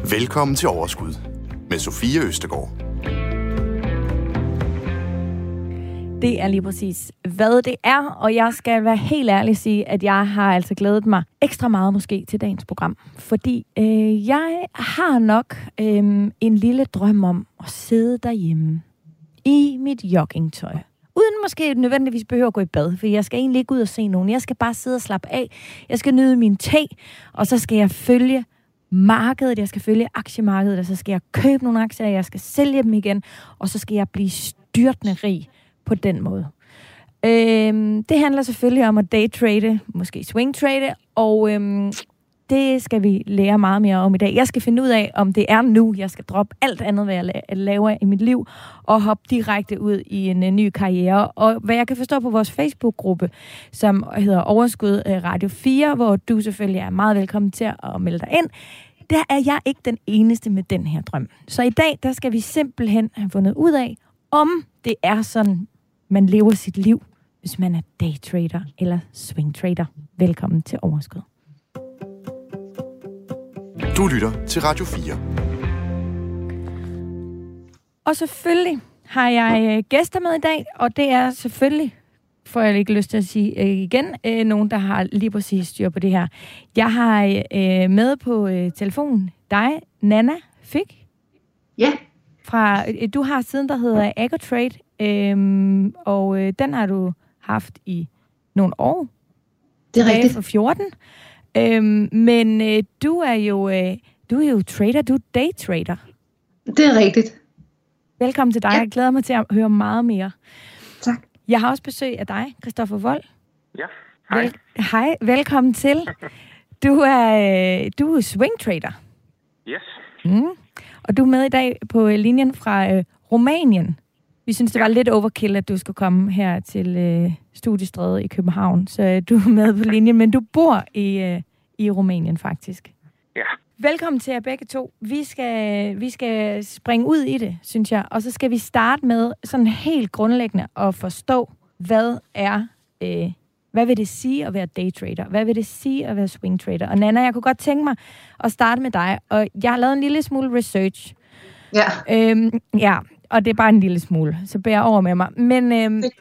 Velkommen til Overskud med Sofie Østergaard. Det er lige præcis, hvad det er, og jeg skal være helt ærlig sige, at jeg har altså glædet mig ekstra meget måske til dagens program, fordi jeg har nok en lille drøm om at sidde derhjemme i mit joggingtøj. Uden måske nødvendigvis behøver at gå i bad, for jeg skal egentlig ikke ud og se nogen. Jeg skal bare sidde og slappe af. Jeg skal nyde min te, og så skal jeg følge markedet, jeg skal følge aktiemarkedet, og så skal jeg købe nogle aktier, og jeg skal sælge dem igen, og så skal jeg blive styrtende rig på den måde. Det handler selvfølgelig om at daytrade, måske swingtrade, og det skal vi lære meget mere om i dag. Jeg skal finde ud af, om det er nu, jeg skal droppe alt andet, hvad jeg laver i mit liv, og hoppe direkte ud i en ny karriere. Og hvad jeg kan forstå på vores Facebook-gruppe, som hedder Overskud Radio 4, hvor du selvfølgelig er meget velkommen til at melde dig ind, der er jeg ikke den eneste med den her drøm. Så i dag, der skal vi simpelthen have fundet ud af, om det er sådan, man lever sit liv, hvis man er daytrader eller swingtrader. Velkommen til Overskud. Du lytter til Radio 4. Og selvfølgelig har jeg gæster med i dag, og det er selvfølgelig, får jeg ikke lyst til at sige igen, nogen, der har lige præcis styr på det her. Jeg har med på telefonen dig, Nanna Fik. Ja. Du har siden, der hedder AgroTrade, og den har du haft i nogle år. Det er rigtigt. For 14. Men du er jo trader, du er daytrader. Det er rigtigt. Velkommen til dig. Ja. Jeg glæder mig til at høre meget mere. Tak. Jeg har også besøg af dig, Christoffer Wold. Ja, hej. Hej, velkommen til. Du er swingtrader. Yes. Og du er med i dag på linjen fra Rumænien. Vi synes, det var lidt overkill, at du skulle komme her til Studiestræde i København. Så du er med på linjen, men du bor i Rumænien faktisk. Ja. Velkommen til jer begge to. Vi skal springe ud i det, synes jeg. Og så skal vi starte med sådan helt grundlæggende at forstå, hvad vil det sige at være daytrader? Hvad vil det sige at være swingtrader? Og Nanna, jeg kunne godt tænke mig at starte med dig. Og jeg har lavet en lille smule research. Ja. Og det er bare en lille smule, så bær over med mig. Men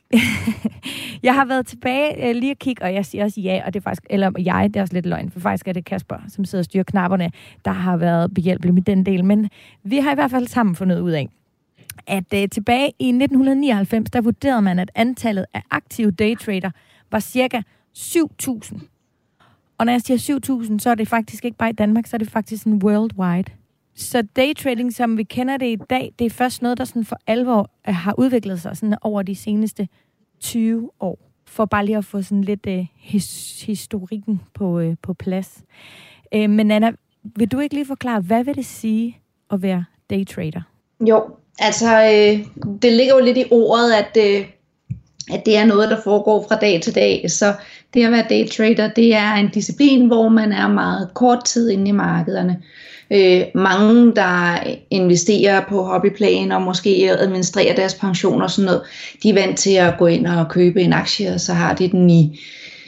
jeg har været tilbage lige at kigge, og jeg siger også ja, og det er faktisk, eller jeg, det er også lidt løgn, for faktisk er det Kasper, som sidder og styrer knapperne, der har været behjælpelig med den del. Men vi har i hvert fald sammen fundet ud af, at tilbage i 1999, der vurderede man, at antallet af aktive daytrader var cirka 7.000. Og når jeg siger 7.000, så er det faktisk ikke bare i Danmark, så er det faktisk en worldwide. Så daytrading, som vi kender det i dag, det er først noget, der sådan for alvor har udviklet sig sådan over de seneste 20 år. For bare lige at få sådan lidt historikken på plads. Men Anna, vil du ikke lige forklare, hvad vil det sige at være daytrader? Jo, altså det ligger jo lidt i ordet, at det er noget, der foregår fra dag til dag. Så det at være daytrader, det er en disciplin, hvor man er meget kort tid inde i markederne. Mange, der investerer på hobbyplan og måske administrerer deres pension og sådan noget, de er vant til at gå ind og købe en aktie, og så har de den i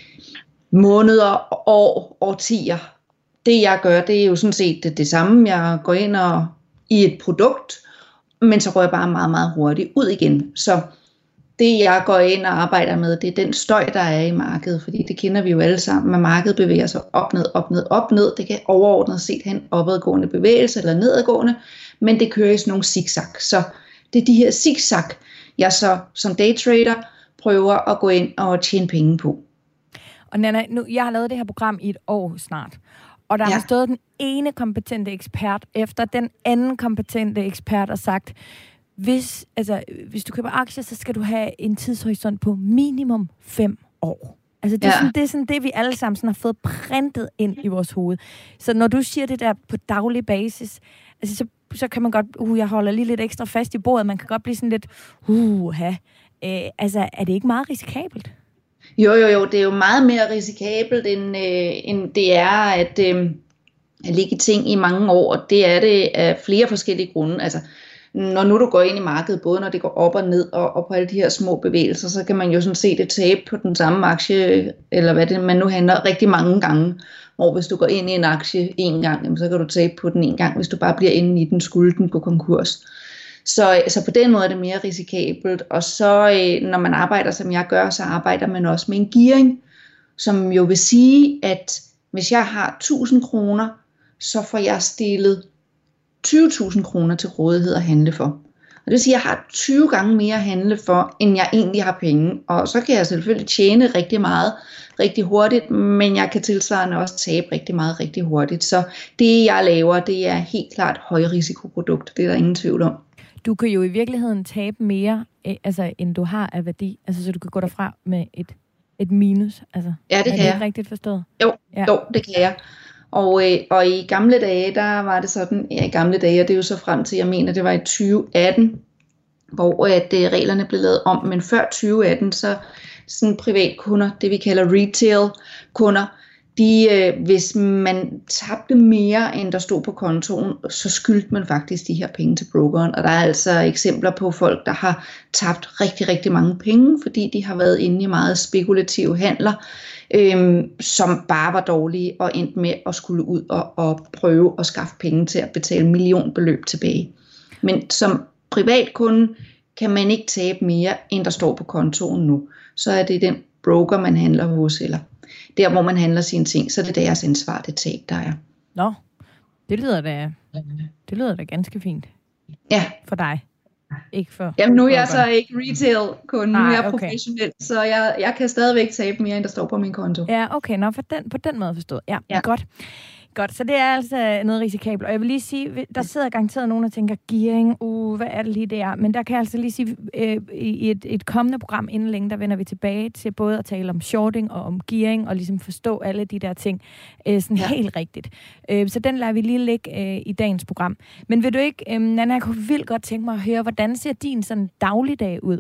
måneder, år, årtier. Det jeg gør, det er jo sådan set det samme. Jeg går ind i et produkt, men så går jeg bare meget, meget hurtigt ud igen. Så det jeg går ind og arbejder med, det er den støj, der er i markedet, fordi det kender vi jo alle sammen, at markedet bevæger sig op, ned, op, ned, op, ned. Det kan overordnet set have en opadgående bevægelse eller nedadgående, men det kører i sådan nogle zigzag. Så det er de her zigzag, jeg så som daytrader prøver at gå ind og tjene penge på. Og Nanna, jeg har lavet det her program i et år snart, og der har stået den ene kompetente ekspert efter den anden kompetente ekspert og sagt, hvis du køber aktier, så skal du have en tidshorisont på minimum 5 år. Altså det er sådan det, vi alle sammen sådan har fået printet ind i vores hoved. Så når du siger det der på daglig basis, altså så kan man godt, jeg holder lige lidt ekstra fast i bordet, man kan godt blive sådan lidt, altså er det ikke meget risikabelt? Jo, det er jo meget mere risikabelt, end det er at ligge ting i mange år, og det er det af flere forskellige grunde. Altså, når nu du går ind i markedet, både når det går op og ned, og på alle de her små bevægelser, så kan man jo sådan se det tabe på den samme aktie, eller hvad det man nu handler rigtig mange gange, Hvor hvis du går ind i en aktie en gang, jamen, så kan du tabe på den en gang. Hvis du bare bliver inde i den, skulle den gå konkurs. Så på den måde er det mere risikabelt. Og så når man arbejder, som jeg gør, så arbejder man også med en gearing, som jo vil sige, at hvis jeg har 1000 kroner, så får jeg stillet 20.000 kroner til rådighed at handle for. Og det vil sige, at jeg har 20 gange mere at handle for, end jeg egentlig har penge. Og så kan jeg selvfølgelig tjene rigtig meget, rigtig hurtigt, men jeg kan tilsvarende også tabe rigtig meget, rigtig hurtigt. Så det, jeg laver, det er helt klart højrisikoprodukt. Det er der ingen tvivl om. Du kan jo i virkeligheden tabe mere, end du har af værdi. Altså, så du kan gå derfra med et minus. Altså, ja, det kan jeg. Er det rigtigt forstået? Jo, det kan jeg. Og i gamle dage, der var det sådan, i gamle dage, og det er jo så frem til, jeg mener, det var i 2018, hvor at reglerne blev lavet om, men før 2018, så sådan privatkunder, det vi kalder retail-kunder, hvis man tabte mere, end der stod på kontoen, så skyldte man faktisk de her penge til brokeren. Og der er altså eksempler på folk, der har tabt rigtig, rigtig mange penge, fordi de har været inde i meget spekulative handler, som bare var dårlige og endte med at skulle ud og prøve at skaffe penge til at betale millionbeløb tilbage. Men som privatkunde kan man ikke tabe mere, end der står på kontoen nu. Så er det den broker, man handler hos, eller der, hvor man handler sine ting, så er det deres ansvar, det tab, der er. Nå, det lyder da ganske fint. Ja. For dig. Ikke for... Jamen nu er jeg så ikke retail-kunde, nu er jeg okay. professionel, så jeg kan stadigvæk tabe mere, end der står på min konto. Ja, okay, på den måde forstået. Ja. Godt, så det er altså noget risikabelt. Og jeg vil lige sige, der sidder garanteret nogen, der tænker, gearing, hvad er det lige der? Men der kan jeg altså lige sige, i et kommende program inden længe, der vender vi tilbage til både at tale om shorting og om gearing, og ligesom forstå alle de der ting helt rigtigt. Så den lader vi lige ligge i dagens program. Men vil du ikke, Nanna, jeg kunne vildt godt tænke mig at høre, hvordan ser din sådan dagligdag ud?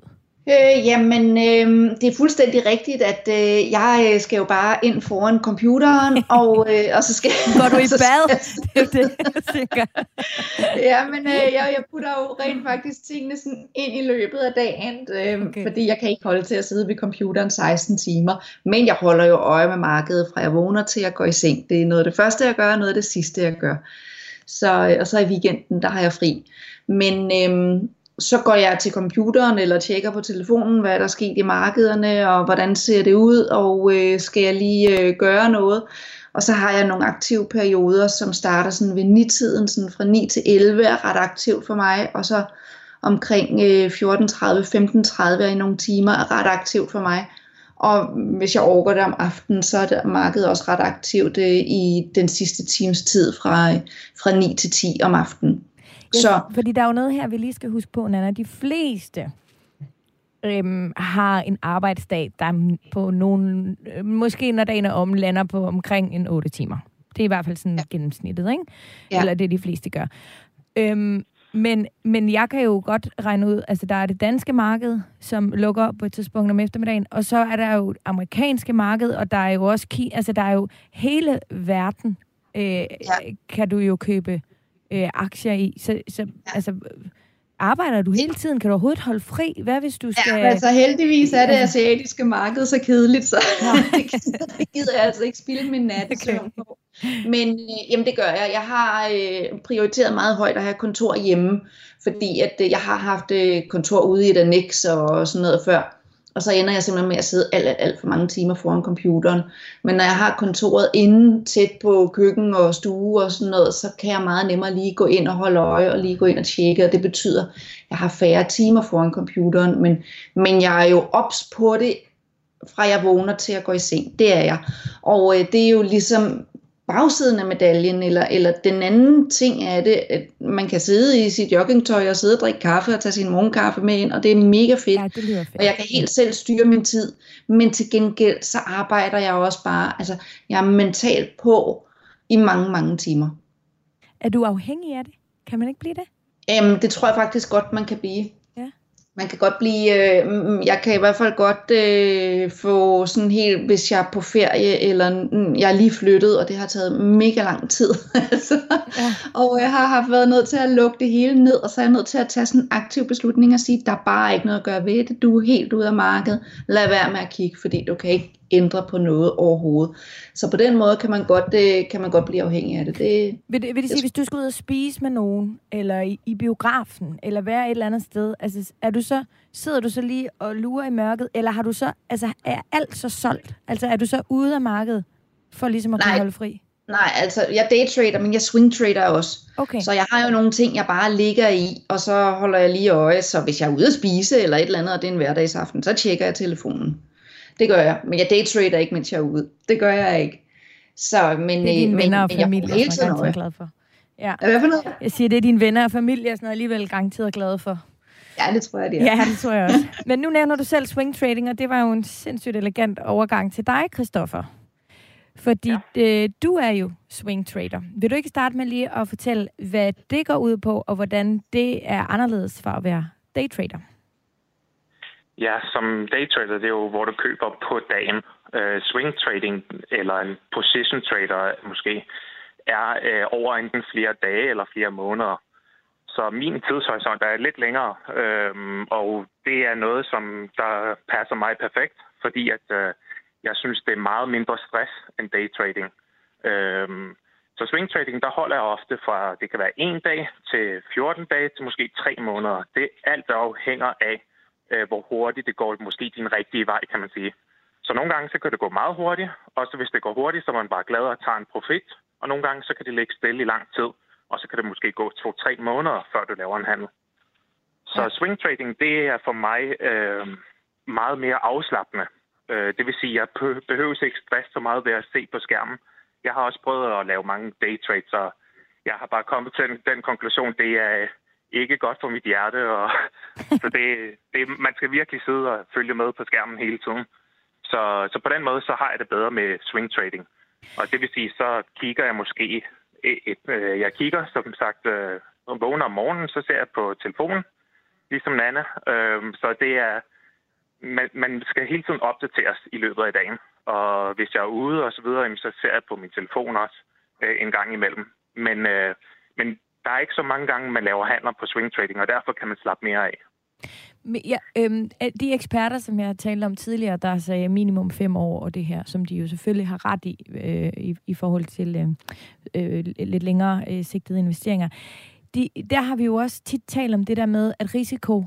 Det er fuldstændig rigtigt, at jeg skal jo bare ind foran computeren, og så skal går du i bad? Det er det, jeg tænker. Ja, men jeg putter jo rent faktisk tingene sådan ind i løbet af dagen, fordi jeg kan ikke holde til at sidde ved computeren 16 timer, men jeg holder jo øje med markedet, fra jeg vågner til jeg går i seng. Det er noget af det første, jeg gør, og noget af det sidste, jeg gør. Og så i weekenden, der har jeg fri. Men... så går jeg til computeren eller tjekker på telefonen, hvad der er sket i markederne, og hvordan ser det ud, og skal jeg lige gøre noget. Og så har jeg nogle aktive perioder, som starter sådan ved 9-tiden, sådan fra 9 til 11 er ret aktivt for mig, og så omkring 14.30, 15.30 er i nogle timer er ret aktivt for mig. Og hvis jeg overgår det om aftenen, så er markedet også ret aktivt i den sidste times tid fra 9 til 10 om aftenen. Ja, fordi der er jo noget her, vi lige skal huske på, Nanna. De fleste har en arbejdsdag, der på nogle, måske når dagen er om, lander på omkring en 8 timer. Det er i hvert fald sådan gennemsnittet, ikke? Ja. Eller det de fleste gør. Men jeg kan jo godt regne ud, altså der er det danske marked, som lukker på et tidspunkt om eftermiddagen, og så er der jo amerikanske marked, og der er jo også altså der er jo hele verden, kan du jo købe aktier i. Så altså, arbejder du hele tiden? Kan du overhovedet holde fri? Hvad hvis du skal... Ja, altså heldigvis er det asiatiske marked så kedeligt, så det gider jeg altså ikke spilde min nattesøvn på. Men jamen det gør jeg. Jeg har prioriteret meget højt at have kontor hjemme, fordi at jeg har haft kontor ude i et annex og sådan noget før. Og så ender jeg simpelthen med at sidde alt for mange timer foran computeren. Men når jeg har kontoret inde tæt på køkken og stue og sådan noget, så kan jeg meget nemmere lige gå ind og holde øje og lige gå ind og tjekke. Og det betyder, at jeg har færre timer foran computeren. Men jeg er jo ops på det, fra jeg vågner til at gå i seng. Det er jeg. Og det er jo ligesom bagsiden af medaljen, eller den anden ting af det, at man kan sidde i sit joggingtøj og sidde og drikke kaffe og tage sin morgenkaffe med ind, og det er mega fedt. Ja, det lyder fedt. Og jeg kan helt selv styre min tid, men til gengæld så arbejder jeg også bare, altså jeg er mentalt på i mange, mange timer. Er du afhængig af det? Kan man ikke blive det? Det tror jeg faktisk godt, man kan blive. Man kan godt blive, jeg kan i hvert fald godt få sådan helt, hvis jeg er på ferie, eller jeg er lige flyttet, og det har taget mega lang tid. Og jeg har været nødt til at lukke det hele ned, og så er jeg nødt til at tage sådan en aktiv beslutning og sige, der er bare ikke noget at gøre ved det. Du er helt ude af markedet. Lad være med at kigge, fordi du kan ikke ændre på noget overhovedet. Så på den måde kan man godt blive afhængig af det. Vil det sige, hvis du skal ud og spise med nogen, eller i biografen, eller være et eller andet sted, altså sidder du så lige og lurer i mørket, eller har du så, altså er alt så solgt? Altså er du så ude af markedet, for ligesom at kunne holde fri? Nej, altså jeg daytrader, men jeg swingtrader også. Okay. Så jeg har jo nogle ting, jeg bare ligger i, og så holder jeg lige øje, så hvis jeg er ude at spise eller et eller andet, og det er en hverdagsaften, så tjekker jeg telefonen. Det gør jeg, men jeg daytrader ikke, mens jeg er ude. Det gør jeg ikke. Så, men, det er dine venner og familie, som er glad for. Ja. Hvad for noget? Jeg siger, det er dine venner og familie, som er alligevel garanteret glade for. Ja, det tror jeg, det er. Ja, det tror jeg også. Men nu nævner du selv swingtrading, og det var jo en sindssygt elegant overgang til dig, Christoffer. Fordi du er jo swingtrader. Vil du ikke starte med lige at fortælle, hvad det går ud på, og hvordan det er anderledes for at være daytrader? Ja, som daytrader, det er jo, hvor du køber på dagen. Swingtrading, eller en position trader måske, er over enten flere dage eller flere måneder. Så min tidshorisont er lidt længere, og det er noget, som der passer mig perfekt, fordi at jeg synes, det er meget mindre stress end daytrading. Så swingtrading, der holder jeg ofte fra, det kan være 1 dag til 14 dage til måske 3 måneder. Det alt afhænger af, hvor hurtigt det går, måske din rigtige vej, kan man sige. Så nogle gange så kan det gå meget hurtigt, og så hvis det går hurtigt, så er man bare glad og tager en profit. Og nogle gange så kan det ligge stille i lang tid, og så kan det måske gå 2-3 måneder, før du laver en handel. Så swingtrading, det er for mig meget mere afslappende. Det vil sige, at jeg behøver ikke stress så meget ved at se på skærmen. Jeg har også prøvet at lave mange daytrades, og jeg har bare kommet til den konklusion, det er ikke godt for mit hjerte. Så man skal virkelig sidde og følge med på skærmen hele tiden. Så på den måde, så har jeg det bedre med swingtrading. Og det vil sige, så kigger jeg måske jeg kigger, som sagt, vågner om morgenen, så ser jeg på telefonen, ligesom Nanna. Så det er, man skal hele tiden opdateres i løbet af dagen. Og hvis jeg er ude og så videre, så ser jeg på min telefon også en gang imellem. Men der er ikke så mange gange, man laver handler på swingtrading, og derfor kan man slappe mere af. Ja, de eksperter, som jeg talte om tidligere, der sagde minimum 5 år, og det her, som de jo selvfølgelig har ret i forhold til lidt længere sigtede investeringer. Der har vi jo også tit talt om det der med, at risiko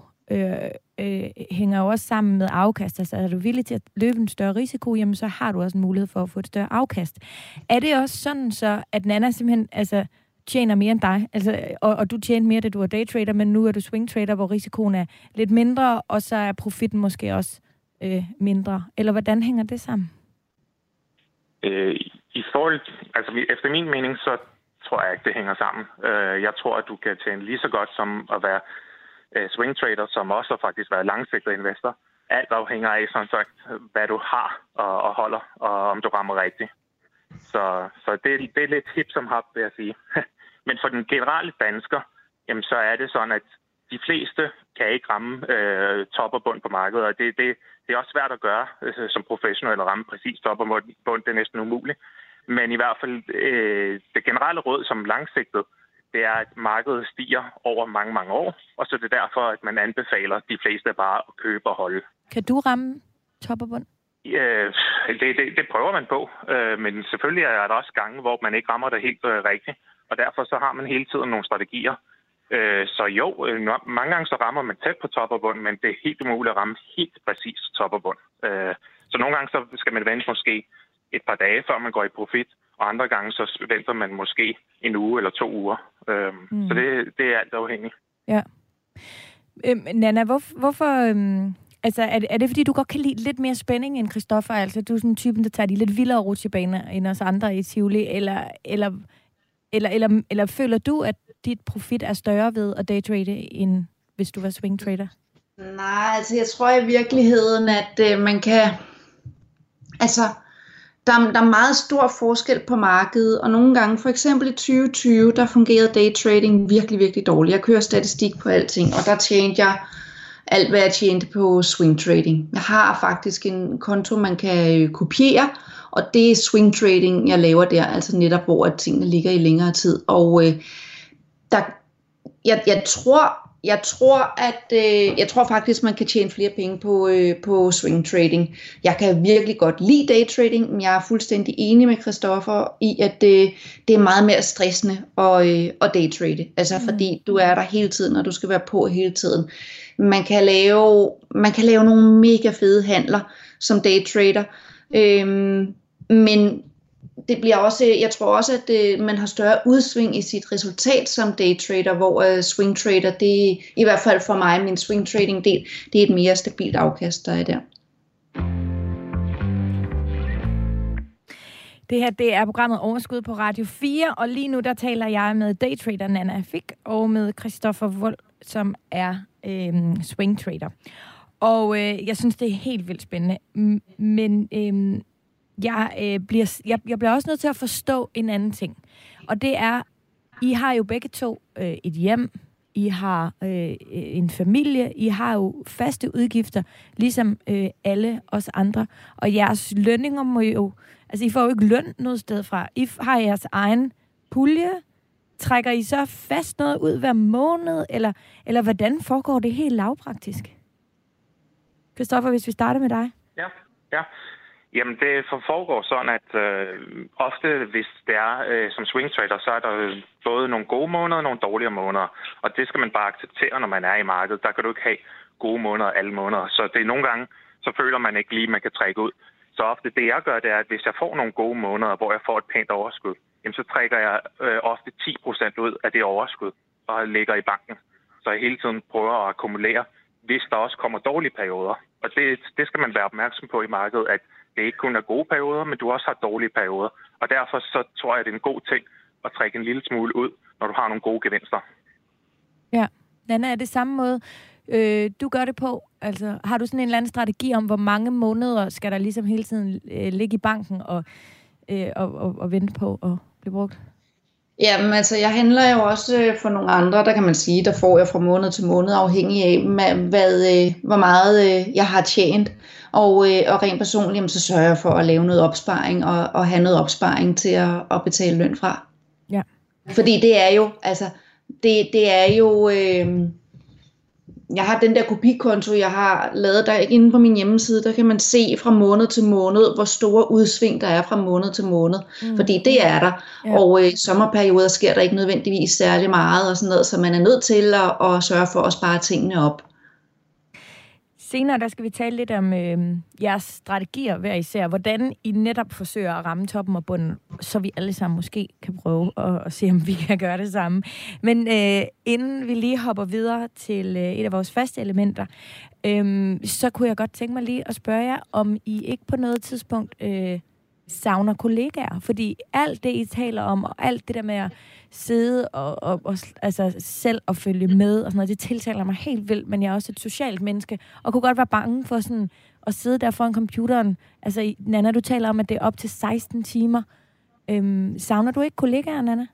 hænger jo også sammen med afkast. Altså er du villig til at løbe en større risiko, jamen så har du også en mulighed for at få et større afkast. Er det også sådan så, at Nanna simpelthen tjener mere end dig, og du tjener mere, da du er daytrader, men nu er du swingtrader, hvor risikoen er lidt mindre, og så er profitten måske også mindre. Eller hvordan hænger det sammen? I forhold, efter min mening, så tror jeg ikke, det hænger sammen. Jeg tror, at du kan tjene lige så godt som at være swingtrader, som også faktisk være langsigtet investor. Alt afhænger af, sådan sagt, hvad du har og holder, og om du rammer rigtigt. Så det er lidt hip som hap, vil jeg sige. Men for den generelle dansker, jamen, så er det sådan, at de fleste kan ikke ramme top og bund på markedet, og det er også svært at gøre som professionel at ramme præcis top og bund. Det er næsten umuligt. Men i hvert fald det generelle råd som langsigtet, det er, at markedet stiger over mange, mange år, og så er det derfor, at man anbefaler de fleste bare at købe og holde. Kan du ramme top og bund? Det prøver man på, men selvfølgelig er der også gange, hvor man ikke rammer det helt rigtigt, og derfor så har man hele tiden nogle strategier. Så jo, mange gange så rammer man tæt på top og bund, men det er helt umuligt at ramme helt præcis top og bund. Så nogle gange så skal man vente måske et par dage, før man går i profit, og andre gange så venter man måske en uge eller 2 uger. Så det er alt afhængigt. Ja. Nanna, hvorfor... er det fordi, du godt kan lide lidt mere spænding end Christoffer? Altså, du er sådan en typen, der tager de lidt vildere rutsjebaner end os andre i Tivoli, eller føler du, at dit profit er større ved at daytrade, end hvis du var swingtrader? Nej, jeg tror i virkeligheden, at man kan... Der er meget stor forskel på markedet, og nogle gange, for eksempel i 2020, der fungerede daytrading virkelig, virkelig dårligt. Jeg kører statistik på alting, og der tjente jeg alt, hvad jeg tjente på swingtrading. Jeg har faktisk en konto, man kan kopiere, og det er swingtrading, jeg laver der, altså netop hvor tingene ligger i længere tid. Og jeg tror jeg tror faktisk, man kan tjene flere penge på swing trading. Jeg kan virkelig godt lide day trading, men jeg er fuldstændig enig med Christoffer i, at det er meget mere stressende at day trade. Altså fordi du er der hele tiden, og du skal være på hele tiden. Man kan lave nogle mega fede handler som day trader, men det bliver også, jeg tror også, at man har større udsving i sit resultat som daytrader, hvor swing trader, det i hvert fald for mig, min swing trading del, det er et mere stabilt afkast, der er der. Det her, det er programmet Overskud på Radio 4, og lige nu der taler jeg med daytrader Nanna Fik og med Christoffer Wold, som er swing trader. Og jeg synes, det er helt vildt spændende, men jeg bliver også nødt til at forstå en anden ting. Og det er, I har jo begge to et hjem, I har en familie, I har jo faste udgifter, ligesom alle os andre. Og jeres lønninger må jo, altså I får jo ikke løn noget sted fra. I har jeres egen pulje. Trækker I så fast noget ud hver måned, eller hvordan foregår det helt lavpraktisk? Christoffer, hvis vi starter med dig. Ja. Jamen, det foregår sådan, at ofte, hvis det er som swing trader, så er der både nogle gode måneder og nogle dårligere måneder. Og det skal man bare acceptere, når man er i markedet. Der kan du ikke have gode måneder alle måneder. Så det er nogle gange, så føler man ikke lige, man kan trække ud. Så ofte det, jeg gør, det er, at hvis jeg får nogle gode måneder, hvor jeg får et pænt overskud, jamen, så trækker jeg ofte 10% ud af det overskud og lægger i banken. Så jeg hele tiden prøver at akkumulere, hvis der også kommer dårlige perioder. Og det skal man være opmærksom på i markedet, at det ikke kun er gode perioder, men du også har dårlige perioder. Og derfor så tror jeg, det er en god ting at trække en lille smule ud, når du har nogle gode gevinster. Ja, Nanna, er det samme måde, du gør det på? Altså, har du sådan en eller anden strategi om, hvor mange måneder skal der ligesom hele tiden ligge i banken og vente på at blive brugt? Jamen altså, jeg handler jo også for nogle andre, der kan man sige, der får jeg fra måned til måned, afhængig af, hvor meget jeg har tjent. Og rent personligt, jamen, så sørger jeg for at lave noget opsparing, og have noget opsparing til at betale løn fra. Ja. Fordi det er jo, altså, det er jo... Jeg har den der kopikonto, jeg har lavet der inde på min hjemmeside, der kan man se fra måned til måned, hvor store udsving der er fra måned til måned. Fordi det er der. Ja. Og i sommerperioder sker der ikke nødvendigvis særlig meget og sådan noget, så man er nødt til at sørge for at spare tingene op. Senere der skal vi tale lidt om jeres strategier hver især. Hvordan I netop forsøger at ramme toppen og bunden, så vi alle sammen måske kan prøve at se, om vi kan gøre det samme. Men inden vi lige hopper videre til et af vores faste elementer, så kunne jeg godt tænke mig lige at spørge jer, om I ikke på noget tidspunkt savner kollegaer. Fordi alt det, I taler om, og alt det der med at sidde og altså selv at følge med og sådan noget, det tiltaler mig helt vildt, men jeg er også et socialt menneske, og kunne godt være bange for sådan at sidde der foran computeren. Altså, Nanna, du taler om, at det er op til 16 timer. Savner du ikke kollegaer, Nanna?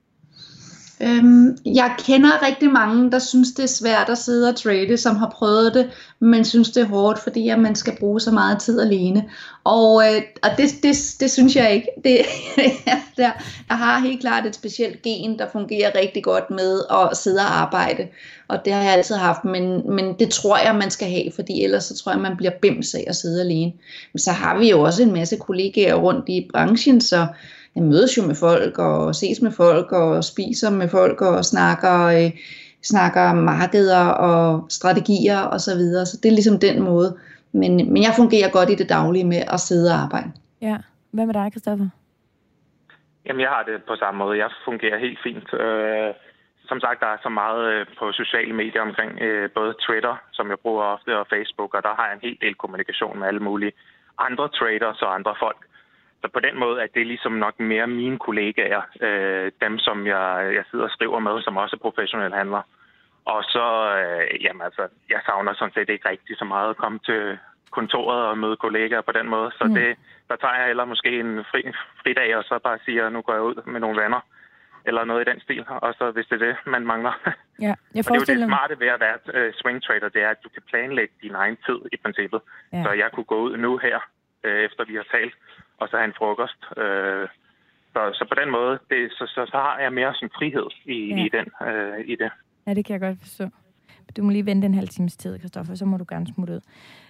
Jeg kender rigtig mange, der synes, det er svært at sidde og trade, som har prøvet det, men synes, det er hårdt, fordi at man skal bruge så meget tid alene. Og det synes jeg ikke. Jeg har helt klart et specielt gen, der fungerer rigtig godt med at sidde og arbejde. Og det har jeg altid haft, men det tror jeg, man skal have, fordi ellers så tror jeg, man bliver bims af at sidde alene. Men så har vi jo også en masse kollegaer rundt i branchen, så jeg mødes jo med folk, og ses med folk, og spiser med folk, og snakker markeder og strategier og så videre. Så det er ligesom den måde. Men jeg fungerer godt i det daglige med at sidde og arbejde. Ja. Hvad med dig, Christoffer? Jamen, jeg har det på samme måde. Jeg fungerer helt fint. Som sagt, der er så meget på sociale medier omkring både Twitter, som jeg bruger ofte, og Facebook, og der har jeg en hel del kommunikation med alle mulige andre traders og andre folk. Så på den måde er det ligesom nok mere mine kollegaer, dem som jeg sidder og skriver med, som også er professionelle handlere. Og så, jamen altså, jeg savner sådan set ikke rigtig så meget at komme til kontoret og møde kollegaer på den måde. Så der tager jeg heller måske en fridag, og så bare siger, nu går jeg ud med nogle venner, eller noget i den stil. Og så hvis det er det, man mangler. Ja, jeg og det er jo det smarte ved at være swing trader, det er, at du kan planlægge din egen tid i princippet. Ja. Så jeg kunne gå ud nu her, efter vi har talt, og så have en frokost. Så på den måde, så har jeg mere sådan frihed i det. Ja, det kan jeg godt forstå. Du må lige vente en halv times tid, Christoffer, så må du gerne smutte ud.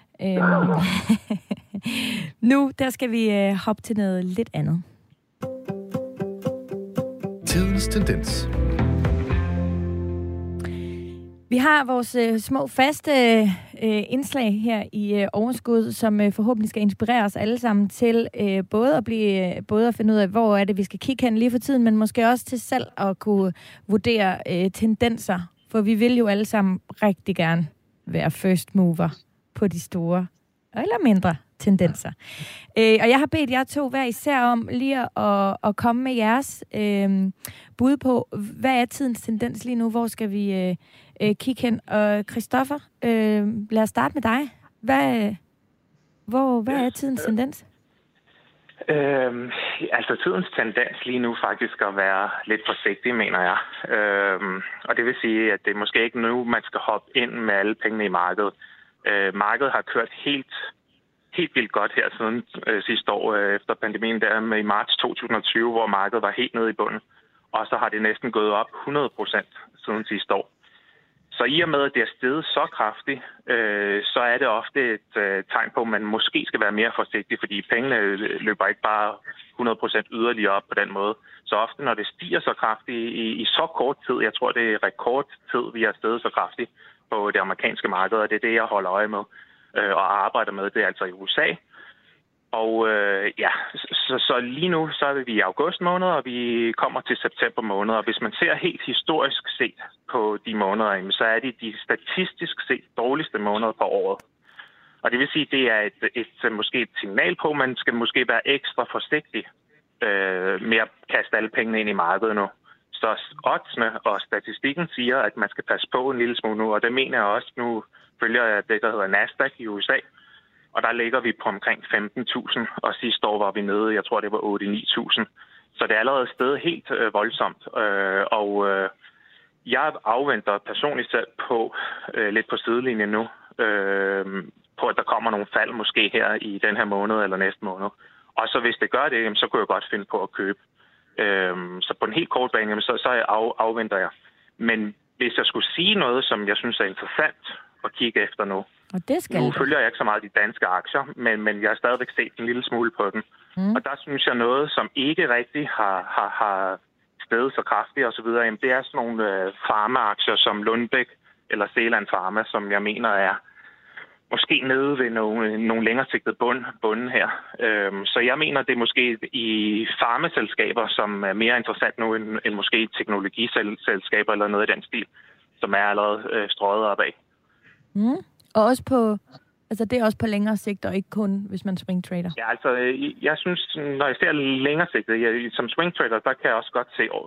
Nu, der skal vi hoppe til noget lidt andet. Tidens tendens. Vi har vores små faste indslag her i Overskud, som forhåbentlig skal inspirere os alle sammen til både at finde ud af, hvor er det, vi skal kigge hen lige for tiden, men måske også til selv at kunne vurdere tendenser. For vi vil jo alle sammen rigtig gerne være first mover på de store eller mindre tendenser. Og jeg har bedt jer to hver især om lige at komme med jeres bud på, hvad er tidens tendens lige nu? Hvor skal vi kigge hen? Og Christoffer, lad os starte med dig. Hvad er tidens tendens? Altså tidens tendens lige nu faktisk at være lidt forsigtig, mener jeg. Og det vil sige, at det er måske ikke nu, man skal hoppe ind med alle pengene i markedet. Markedet har kørt helt vildt godt her siden sidste år efter pandemien der med i marts 2020, hvor markedet var helt nede i bunden. Og så har det næsten gået op 100% siden sidste år. Så i og med, at det er steget så kraftigt, så er det ofte et tegn på, at man måske skal være mere forsigtig, fordi pengene løber ikke bare 100% yderligere op på den måde. Så ofte, når det stiger så kraftigt i så kort tid, jeg tror, det er rekordtid, vi har steget så kraftigt på det amerikanske marked, og det er det, jeg holder øje med og arbejder med. Det er altså i USA. Og så lige nu, så er vi i august måned, og vi kommer til september måned. Og hvis man ser helt historisk set på de måneder, så er det de statistisk set dårligste måneder på året. Og det vil sige, det er måske et signal på, at man skal måske være ekstra forsigtig med at kaste alle pengene ind i markedet nu. Så oddsene og statistikken siger, at man skal passe på en lille smule nu, og det mener jeg også. Nu følger jeg det, der hedder Nasdaq i USA. Og der ligger vi på omkring 15.000, og sidste år var vi nede, jeg tror det var 8-9.000. Så det er allerede steget helt voldsomt. Jeg afventer personligt selv på, lidt på sidelinjen nu, på at der kommer nogle fald måske her i den her måned eller næste måned. Og så hvis det gør det, så kunne jeg godt finde på at købe. Så på en helt kort bane, så afventer jeg. Men hvis jeg skulle sige noget, som jeg synes er interessant at kigge efter nu, og det skal nu følger jeg ikke så meget de danske aktier, men jeg har stadigvæk set en lille smule på dem. Og der synes jeg noget, som ikke rigtig har steget så kraftigt osv., det er sådan nogle farmaaktier som Lundbeck eller Zealand Pharma, som jeg mener er måske nede ved nogle længeresigtede bunden her. Så jeg mener, det er måske i farmaselskaber, som er mere interessant nu end måske teknologiselskaber eller noget i den stil, som er allerede strøget opad. Og også på, altså det er også på længere sigt, og ikke kun, hvis man swing-trader. Ja, altså, jeg synes, når jeg ser længere sigtet, som swing-trader, der kan jeg også godt se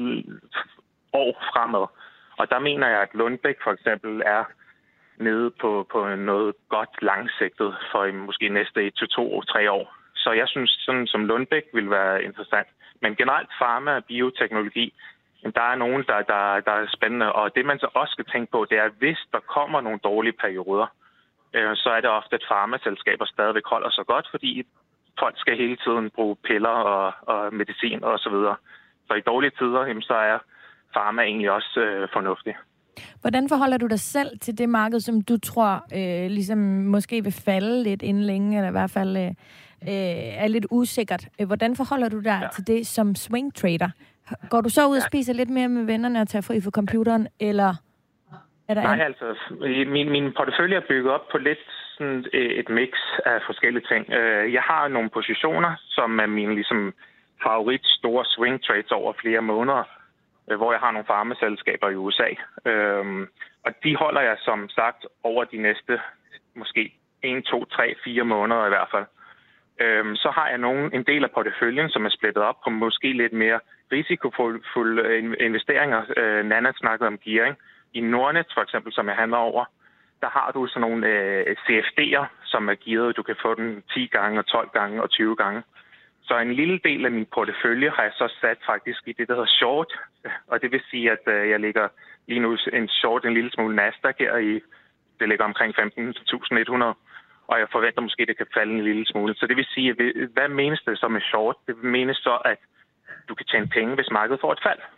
år fremad. Og der mener jeg, at Lundbeck for eksempel er nede på noget godt langsigtet for måske næste 1 til 2-3 år. Så jeg synes, sådan som Lundbeck vil være interessant. Men generelt pharma og bioteknologi, der er nogen, der er spændende. Og det, man så også skal tænke på, det er, at hvis der kommer nogle dårlige perioder, så er det ofte, at farmaselskaber stadigvæk holder sig godt, fordi folk skal hele tiden bruge piller og medicin og så videre. Så i dårlige tider, så er pharma egentlig også fornuftig. Hvordan forholder du dig selv til det marked, som du tror ligesom måske vil falde lidt inden længe, eller i hvert fald er lidt usikkert? Hvordan forholder du dig til det som swing trader? Går du så ud og spiser lidt mere med vennerne og tager fri for computeren, eller er der altså min portefølje er bygget op på lidt sådan et mix af forskellige ting. Jeg har nogle positioner, som er mine ligesom favorit store swing trades over flere måneder, hvor jeg har nogle farmaselskaber i USA. Og de holder jeg som sagt over de næste måske 1, 2, 3, 4 måneder i hvert fald. Så har jeg en del af porteføljen, som er splittet op på måske lidt mere risikofulde investeringer. Nana snakkede om gearing. I Nordnet for eksempel, som jeg handler over, der har du sådan nogle CFD'er, som er gearet. Du kan få den 10 gange, og 12 gange og 20 gange. Så en lille del af min portefølje har jeg så sat faktisk i det, der hedder short. Og det vil sige, at jeg ligger lige nu en short, en lille smule Nasdaq her det ligger omkring 15.100. Og jeg forventer måske, at det kan falde en lille smule. Så det vil sige, hvad menes det så med short? Det menes så, at du kan tjene penge, hvis markedet får et fald.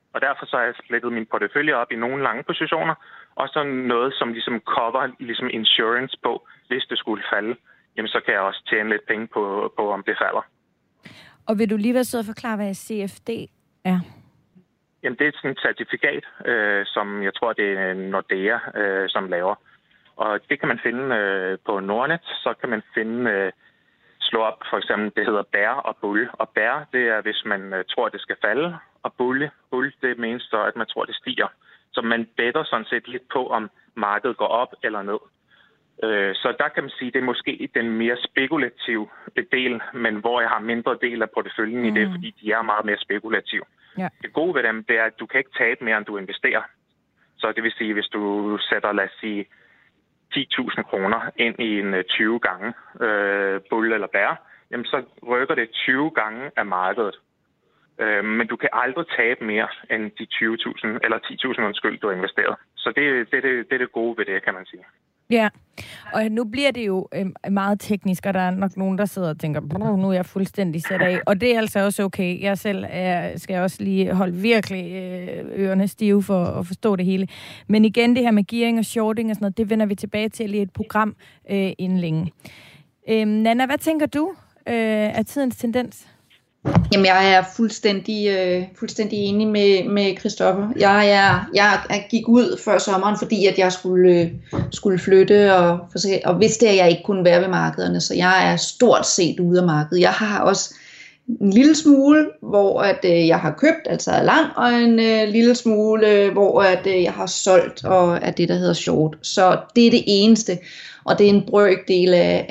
Og derfor så har jeg splittet min portefølje op i nogle lange positioner, og så noget, som ligesom cover ligesom insurance på, hvis det skulle falde. Jamen, så kan jeg også tjene lidt penge på om det falder. Og vil du lige være sød og forklare, hvad CFD er? Jamen, det er sådan et certifikat, som jeg tror, det er Nordea, som laver. Og det kan man finde på Nordnet. Så kan man finde, slå op, for eksempel, det hedder bear og bull. Og bear, det er, hvis man tror, det skal falde. Og bull, det menes så, at man tror, det stiger. Så man better sådan set lidt på, om markedet går op eller ned. Så der kan man sige, det er måske den mere spekulative del, men hvor jeg har mindre del af porteføljen i det, fordi de er meget mere spekulative. Ja. Det gode ved dem, det er, at du kan ikke tabe mere, end du investerer. Så det vil sige, hvis du sætter, lad os sige, 10.000 kroner ind i en 20 gange bull eller bear, jamen så rykker det 20 gange af markedet. Men du kan aldrig tabe mere end de 20.000 eller 10.000 du har investeret. Så det er det gode ved det, kan man sige. Ja, og nu bliver det jo meget teknisk, og der er nok nogen, der sidder og tænker, nu er jeg fuldstændig sat af. Og det er altså også okay. Jeg selv skal også lige holde virkelig ørerne stive for at forstå det hele. Men igen, det her med gearing og shorting og sådan noget, det vender vi tilbage til i et program inden længe. Nanna, hvad tænker du af tidens tendens? Jamen, jeg er fuldstændig enig med Christoffer. Jeg gik ud før sommeren, fordi at jeg skulle flytte og vidste, at jeg ikke kunne være ved markederne, så jeg er stort set ude af markedet. Jeg har også en lille smule, hvor at jeg har købt, altså er lang, og en lille smule, hvor at jeg har solgt, og er det, der hedder short. Så det er det eneste, og det er en brøkdel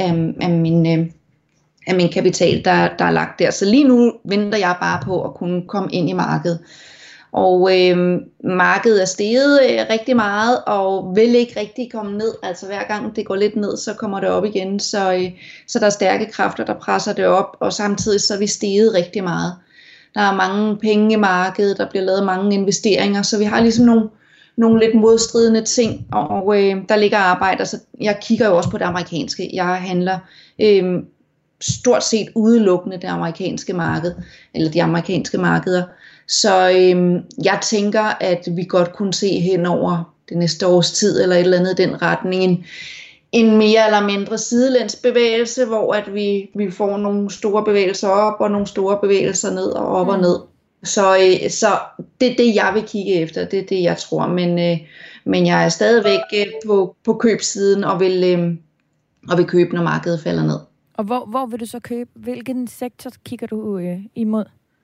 af min kapital, der er lagt der. Så lige nu venter jeg bare på at kunne komme ind i markedet. Og markedet er steget rigtig meget, og vil ikke rigtig komme ned. Altså hver gang det går lidt ned, så kommer det op igen. Så der er stærke kræfter, der presser det op, og samtidig så er vi steget rigtig meget. Der er mange penge i markedet, der bliver lavet mange investeringer, så vi har ligesom nogle lidt modstridende ting, og der ligger arbejde. Altså, jeg kigger jo også på det amerikanske. Jeg handler stort set udelukkende det amerikanske marked, eller de amerikanske markeder. Så jeg tænker, at vi godt kunne se hen over det næste års tid, eller et eller andet i den retning, en mere eller mindre sidelænsbevægelse, hvor at vi får nogle store bevægelser op, og nogle store bevægelser ned, og op og ned. Så det er det, jeg vil kigge efter, det er det, jeg tror. Men jeg er stadigvæk på købsiden, og vil købe, når markedet falder ned. Og hvor vil du så købe? Hvilken sektor kigger du imod?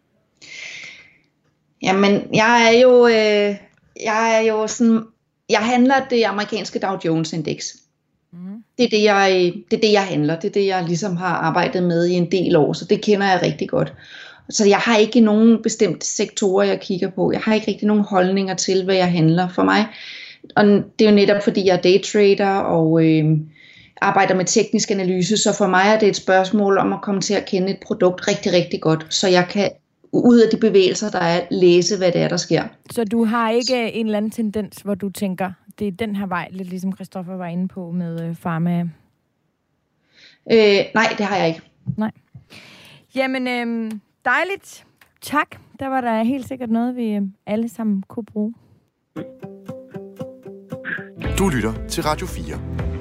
Jamen, jeg er jo sådan, jeg handler det amerikanske Dow Jones Index. Det er det, jeg handler. Det er det, jeg ligesom har arbejdet med i en del år, så det kender jeg rigtig godt. Så jeg har ikke nogen bestemte sektorer, jeg kigger på. Jeg har ikke rigtig nogen holdninger til, hvad jeg handler for mig. Og det er jo netop, fordi jeg er daytrader og arbejder med teknisk analyse, så for mig er det et spørgsmål om at komme til at kende et produkt rigtig, rigtig godt, så jeg kan ud af de bevægelser, der er, læse, hvad det er, der sker. Så du har ikke en eller anden tendens, hvor du tænker, det er den her vej, lidt ligesom Christoffer var inde på med pharma? Nej, det har jeg ikke. Nej. Jamen, dejligt. Tak. Der var der helt sikkert noget, vi alle sammen kunne bruge. Du lytter til Radio 4.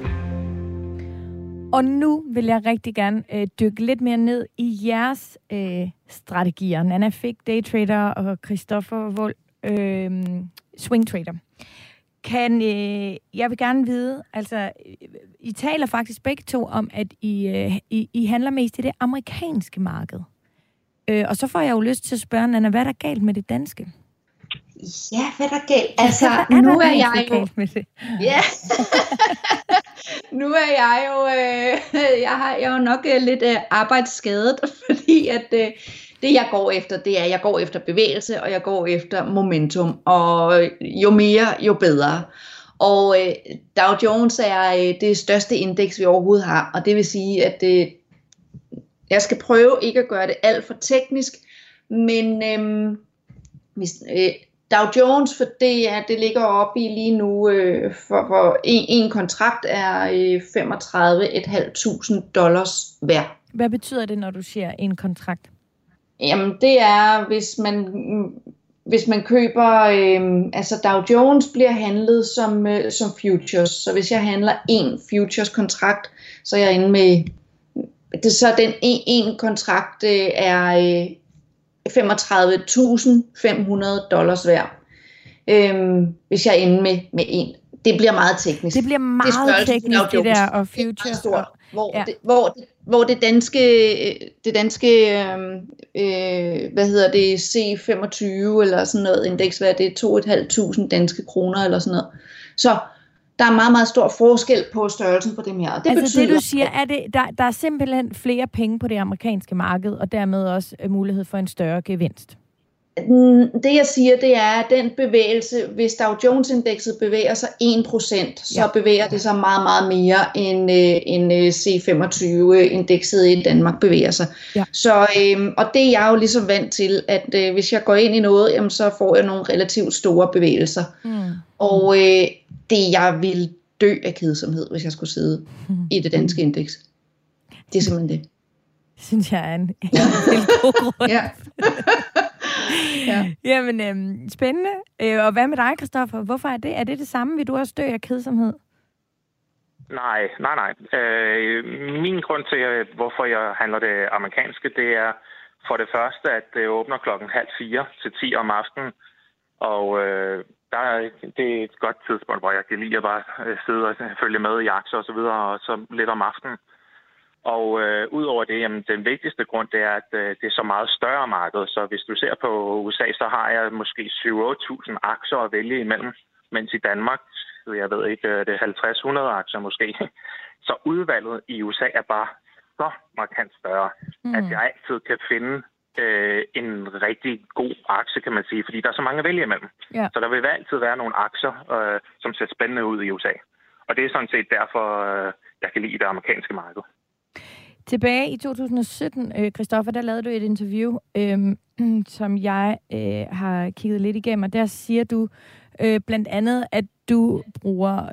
Og nu vil jeg rigtig gerne dykke lidt mere ned i jeres strategier. Nanna Fik, daytrader, og Christoffer Wold, swingtrader. Jeg vil gerne vide, altså, I taler faktisk begge to om, at I handler mest i det amerikanske marked. Og så får jeg jo lyst til at spørge, Nanna, hvad er der galt med det danske? Ja, hvad er der galt? Altså, nu er jeg jo... galt med det? Ja, nu er jeg jo... jeg er jo nok lidt arbejdsskadet, fordi at det, jeg går efter, det er, at jeg går efter bevægelse, og jeg går efter momentum, og jo mere, jo bedre. Og Dow Jones er det største indeks, vi overhovedet har, og det vil sige, at jeg skal prøve ikke at gøre det alt for teknisk, men Dow Jones, for det ligger oppe i lige nu, for en kontrakt er $35.500 værd. Hvad betyder det, når du siger en kontrakt? Jamen, det er, hvis man hvis man køber, altså Dow Jones bliver handlet som futures, så hvis jeg handler en futures-kontrakt, så er jeg inde med, så den en kontrakt er $35.500 værd, hvis jeg er inde med en. Det bliver meget teknisk. Det bliver meget teknisk, det der, og futures. Stort, hvor det danske C25 eller sådan noget indeks, hvad det er 2.500 danske kroner eller sådan noget. Så der er meget, meget stor forskel på størrelsen på dem her. Det altså betyder, det du siger, er det, der er simpelthen flere penge på det amerikanske marked, og dermed også mulighed for en større gevinst. Det jeg siger, det er, at den bevægelse, hvis Dow Jones-indekset bevæger sig 1%, så bevæger det sig meget, meget mere end C25-indekset i Danmark bevæger sig. Ja. Så, og det er jeg jo ligesom vant til, at hvis jeg går ind i noget, jamen, så får jeg nogle relativt store bevægelser. Og jeg vil dø af kedsomhed, hvis jeg skulle sidde i det danske indeks. Det er simpelthen det. Synes jeg er en helt god grund. Ja. Ja. Jamen, spændende. Og hvad med dig, Christoffer? Hvorfor er det? Er det samme? Vil du også dø af kedsomhed? Nej. Min grund til, hvorfor jeg handler det amerikanske, det er for det første, at det åbner 3:30 til 10 om aftenen. Og det er et godt tidspunkt, hvor jeg kan lide at bare sidde og følge med i aktier og så videre, og så lidt om aftenen. Og udover det, jamen, den vigtigste grund, det er, at det er så meget større marked. Så hvis du ser på USA, så har jeg måske 7-8.000 aktier at vælge imellem. Mens i Danmark, jeg ved ikke, det er 50-100 aktier måske. Så udvalget i USA er bare så markant større, at jeg altid kan finde en rigtig god aktie, kan man sige. Fordi der er så mange at vælge imellem. Ja. Så der vil altid være nogle aktier, som ser spændende ud i USA. Og det er sådan set derfor, jeg kan lide det amerikanske marked. Tilbage i 2017, Christoffer, der lavede du et interview, som jeg har kigget lidt igennem, og der siger du blandt andet, at du bruger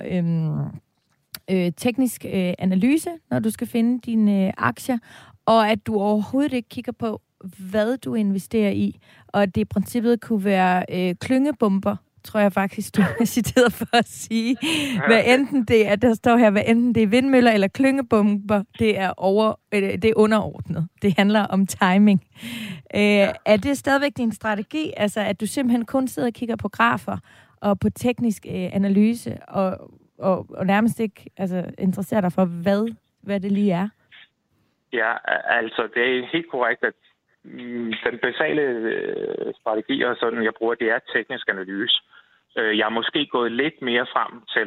teknisk analyse, når du skal finde dine aktier, og at du overhovedet ikke kigger på, hvad du investerer i, og at det i princippet kunne være klyngebomber, tror jeg faktisk, du er citeret for at sige. Hvad enten det er, der står her, hvad enten det er vindmøller eller klyngebomber, det er underordnet. Det handler om timing. Er det stadigvæk din strategi? Altså, at du simpelthen kun sidder og kigger på grafer og på teknisk analyse, og nærmest ikke interesserer dig for, hvad det lige er? Ja, altså, det er helt korrekt, at den basale strategi og sådan, jeg bruger, det er teknisk analyse. Jeg er måske gået lidt mere frem til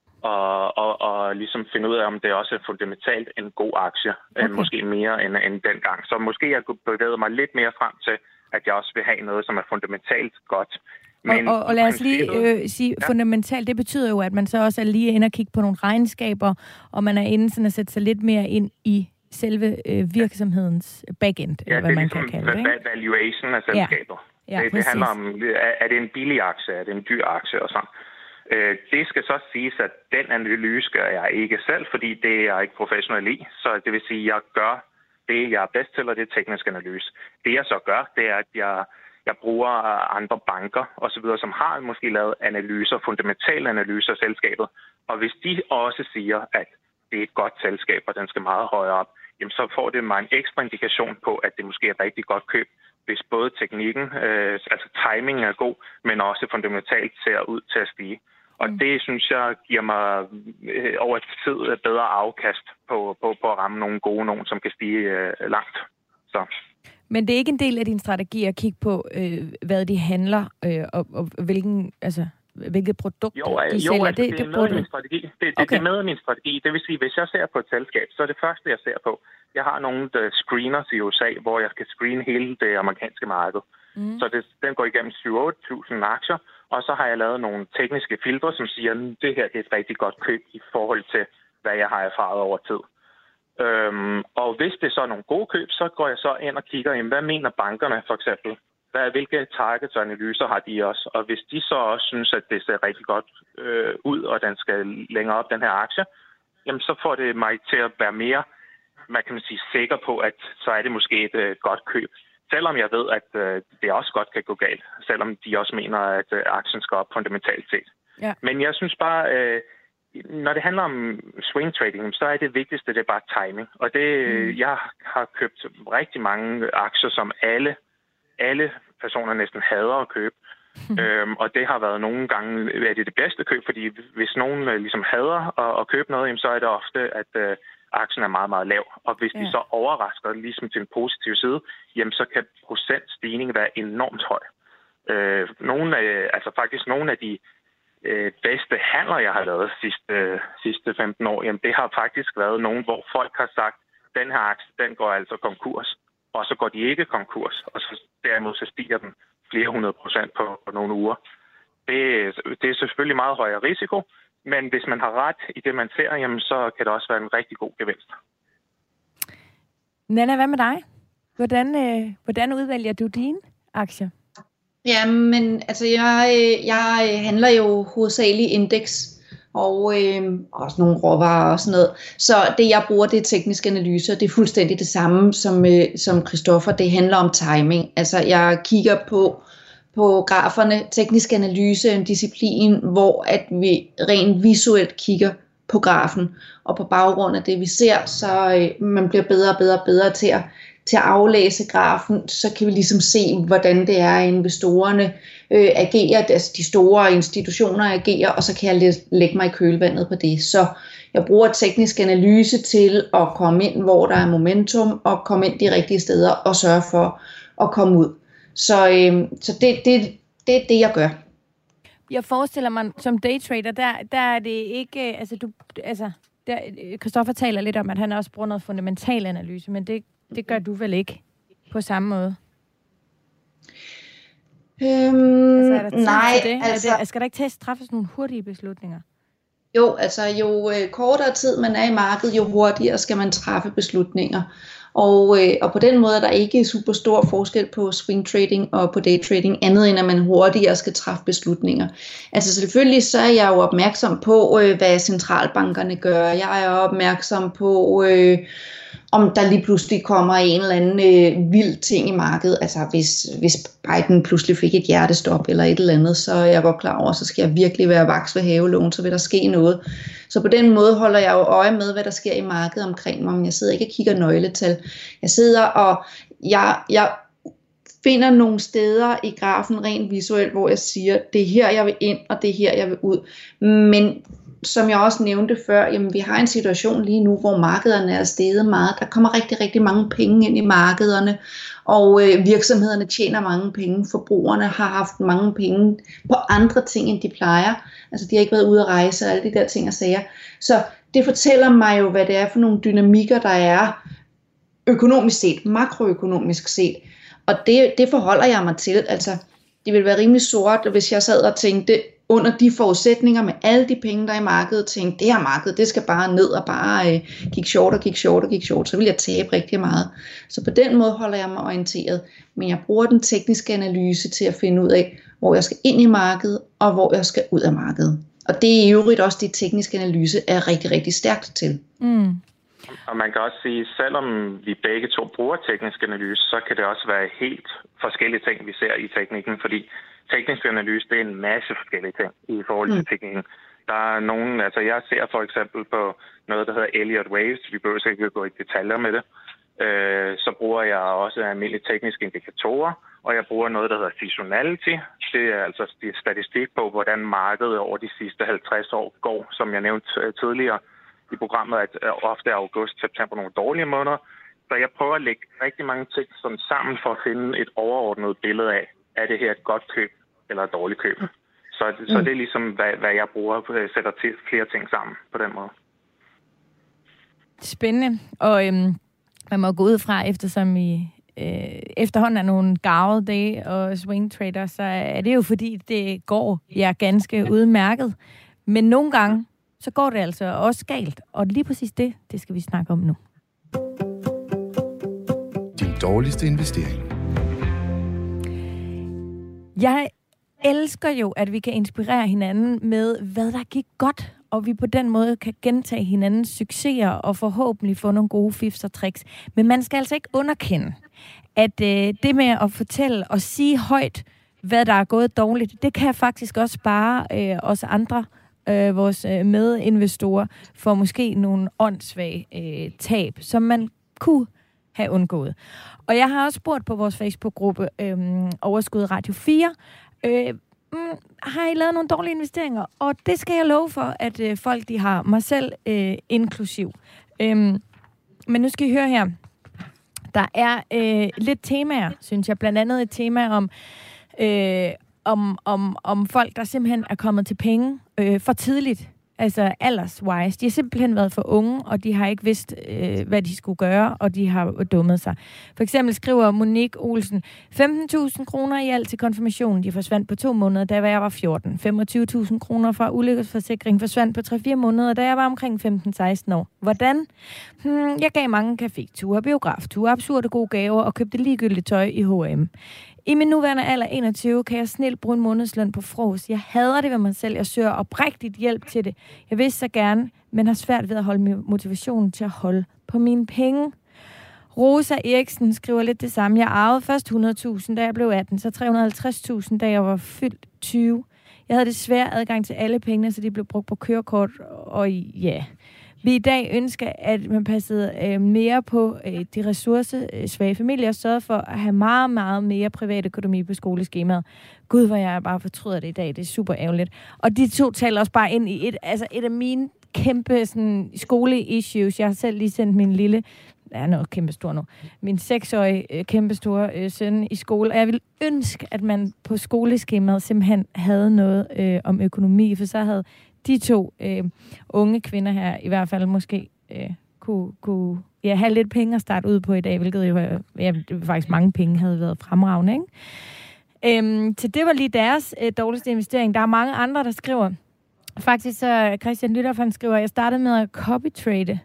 at ligesom finde ud af, om det også er fundamentalt en god aktie. Måske mere end dengang. Så måske jeg kunne bevæge mig lidt mere frem til, at jeg også vil have noget, som er fundamentalt godt. Men og lad os lige sige, fundamentalt, det betyder jo, at man så også er lige inde og kigge på nogle regnskaber, og man er inde sådan at sætte sig lidt mere ind i selve virksomhedens backend, eller hvad man kan kalde det, ikke? Valuation af selskaber. Ja, det handler om, er det en billig aktie, er det en dyr aktie og sådan. Det skal så siges, at den analyse gør jeg ikke selv, fordi det er jeg ikke professionel i. Så det vil sige, at jeg gør det, jeg er bedst til, og det er teknisk analyse. Det jeg så gør, det er, at jeg bruger andre banker osv., som har måske lavet analyser, fundamentale analyser af selskabet. Og hvis de også siger, at det er et godt selskab, og den skal meget højere op, jamen så får det mig en ekstra indikation på, at det måske er et rigtig godt køb, hvis både teknikken, altså timingen er god, men også fundamentalt ser ud til at stige. Og det, synes jeg, giver mig over tid et bedre afkast på at ramme nogle gode nogen, som kan stige langt. Så. Men det er ikke en del af din strategi at kigge på, hvad de handler, og hvilket produkt de sælger? Det er med i min strategi. Det er med i min strategi. Det vil sige, hvis jeg ser på et selskab, så er det første, jeg ser på. Jeg har nogle screeners i USA, hvor jeg skal screene hele det amerikanske marked. Så den går igennem 7-8.000 aktier, og så har jeg lavet nogle tekniske filtre, som siger, at det her det er et rigtig godt køb i forhold til, hvad jeg har erfaret over tid. Og hvis det så er nogle gode køb, så går jeg så ind og kigger, hvad mener bankerne for eksempel? Hvilke targets og analyser har de også? Og hvis de så også synes, at det ser rigtig godt ud, og den skal længere op, den her aktie, jamen så får det mig til at være mere, hvad kan man sige, sikker på, at så er det måske et godt køb. Selvom jeg ved, at det også godt kan gå galt, selvom de også mener, at aktien skal op fundamentalt set. Ja. Men jeg synes bare, når det handler om swing trading, så er det vigtigste, det er bare timing. Og jeg har købt rigtig mange aktier, som alle personer næsten hader at købe. Og det har været nogle gange det bedste køb, fordi hvis nogen ligesom hader at købe noget, jamen, så er det ofte, at aktien er meget, meget lav. Og hvis de så overrasker ligesom til en positiv side, jamen, så kan procentstigningen være enormt høj. Nogle af de bedste handler, jeg har lavet sidste 15 år, jamen, det har faktisk været nogen, hvor folk har sagt, den her aktie, den går altså konkurs, og så går de ikke konkurs, og så derimod så stiger den flere 100% på nogle uger. Det er selvfølgelig meget højere risiko, men hvis man har ret i det, man ser, jamen, så kan det også være en rigtig god gevinst. Nanna, hvad med dig? Hvordan udvælger du dine aktier? Jamen, altså jeg handler jo hovedsageligt indeks og også nogle råvarer og sådan noget. Så det, jeg bruger, det er teknisk analyse, og det er fuldstændig det samme som Christoffer. Det handler om timing. Altså, jeg kigger på graferne. Teknisk analyse er en disciplin, hvor at vi rent visuelt kigger på grafen, og på baggrund af det, vi ser, så man bliver bedre og bedre til at aflæse grafen, så kan vi ligesom se, hvordan det er, investorerne agerer, altså de store institutioner agerer, og så kan jeg lægge mig i kølvandet på det. Så jeg bruger teknisk analyse til at komme ind, hvor der er momentum, og komme ind de rigtige steder, og sørge for at komme ud. Så det er det, jeg gør. Jeg forestiller mig, som daytrader, der er det ikke, Christoffer taler lidt om, at han også bruger noget fundamental analyse, men det gør du vel ikke på samme måde? Er der tid til det? Skal der ikke træffes nogle hurtige beslutninger? Jo, altså jo kortere tid man er i markedet, jo hurtigere skal man træffe beslutninger. Og på den måde er der ikke super stor forskel på swing trading og på day trading, andet end at man hurtigere skal træffe beslutninger. Altså selvfølgelig så er jeg jo opmærksom på, hvad centralbankerne gør. Jeg er opmærksom på, om der lige pludselig kommer en eller anden vild ting i markedet. Altså hvis Biden pludselig fik et hjertestop eller et eller andet, så er jeg godt klar over, så skal jeg virkelig være vaks ved havelån, så vil der ske noget. Så på den måde holder jeg jo øje med, hvad der sker i markedet omkring mig, men jeg sidder ikke og kigger nøgletal. Jeg sidder og jeg finder nogle steder i grafen rent visuelt, hvor jeg siger, det er her, jeg vil ind, og det er her, jeg vil ud. Men som jeg også nævnte før, jamen, vi har en situation lige nu, hvor markederne er steget meget. Der kommer rigtig, rigtig mange penge ind i markederne, og virksomhederne tjener mange penge. Forbrugerne har haft mange penge på andre ting, end de plejer. Altså, de har ikke været ude at rejse og alle de der ting og sager. Så det fortæller mig jo, hvad det er for nogle dynamikker, der er økonomisk set, makroøkonomisk set. Og det forholder jeg mig til. Altså, det ville være rimelig sort, hvis jeg sad og tænkte, under de forudsætninger med alle de penge, der er i markedet, tænkte, det her marked, det skal bare ned og bare gik short, så vil jeg tabe rigtig meget. Så på den måde holder jeg mig orienteret, men jeg bruger den tekniske analyse til at finde ud af, hvor jeg skal ind i markedet, og hvor jeg skal ud af markedet. Og det er i øvrigt også det tekniske analyse er rigtig, rigtig stærkt til. Mm. Og man kan også sige, selvom vi begge to bruger teknisk analyse, så kan det også være helt forskellige ting, vi ser i teknikken, fordi teknisk analyse, det er en masse forskellige ting i forhold til teknikken. Der er nogen, altså jeg ser for eksempel på noget, der hedder Elliott Waves, vi behøver ikke gå i detaljer med det. Så bruger jeg også almindelige tekniske indikatorer, og jeg bruger noget, der hedder seasonality. Det er altså statistik på, hvordan markedet over de sidste 50 år går, som jeg nævnte tidligere i programmet, at ofte er august, september nogle dårlige måneder. Så jeg prøver at lægge rigtig mange ting sådan sammen for at finde et overordnet billede af, er det her et godt køb eller et dårligt køb. Så det er ligesom, hvad jeg bruger, sætter til flere ting sammen på den måde. Spændende. Og man må gå ud fra, eftersom I efterhånden er nogle garvede day og swing trader, så er det jo fordi, det går ganske udmærket. Men nogle gange, så går det altså også galt. Og lige præcis det skal vi snakke om nu. Din dårligste investering. Jeg elsker jo, at vi kan inspirere hinanden med, hvad der gik godt, og vi på den måde kan gentage hinandens succeser og forhåbentlig få nogle gode fifs og tricks. Men man skal altså ikke underkende, at det med at fortælle og sige højt, hvad der er gået dårligt, det kan faktisk også spare os andre, vores medinvestorer, for måske nogle åndssvage tab, som man kunne have undgået. Og jeg har også spurgt på vores Facebook-gruppe Overskud Radio 4, har I lavet nogle dårlige investeringer? Og det skal jeg love for, at folk de har, mig selv inklusiv. Men nu skal I høre her. Der er lidt temaer, synes jeg. Blandt andet et tema om folk, der simpelthen er kommet til penge for tidligt. Altså alderswise. De har simpelthen været for unge, og de har ikke vidst, hvad de skulle gøre, og de har dummet sig. For eksempel skriver Monique Olsen, 15.000 kroner i alt til konfirmationen. De forsvandt på 2 måneder, da jeg var 14. 25.000 kroner fra ulykkesforsikring forsvandt på 3-4 måneder, da jeg var omkring 15-16 år. Hvordan? Jeg gav mange café-ture, biografture, absurde gode gaver og købte ligegyldigt tøj i H&M. I min nuværende alder 21 kan jeg snilt bruge en månedsløn på fros. Jeg hader det ved mig selv. Jeg søger oprigtigt hjælp til det. Jeg vil så gerne, men har svært ved at holde motivationen til at holde på mine penge. Rosa Eriksen skriver lidt det samme. Jeg arvede først 100.000, da jeg blev 18, så 350.000, da jeg var fyldt 20. Jeg havde desværre adgang til alle pengene, så de blev brugt på kørekort, og ja. Vi i dag ønsker, at man passede mere på de ressourcesvage familier og sørgede for at have meget, meget mere privatøkonomi på skoleskemaet. Gud, hvor jeg bare fortryder det i dag. Det er super ærgerligt. Og de to taler også bare ind i et af mine kæmpe skole-issues. Jeg har selv lige sendt min lille, noget kæmpe stor nu, min 6-årige kæmpe store søn i skole. Og jeg ville ønske, at man på skoleskemaet simpelthen havde noget om økonomi, for så havde de to unge kvinder her i hvert fald måske kunne have lidt penge at starte ud på i dag, hvilket jo faktisk mange penge havde været fremragende, ikke? Så det var lige deres dårligste investering. Der er mange andre, der skriver. Faktisk så Christian Lytterf, han skriver, jeg startede med at copytrade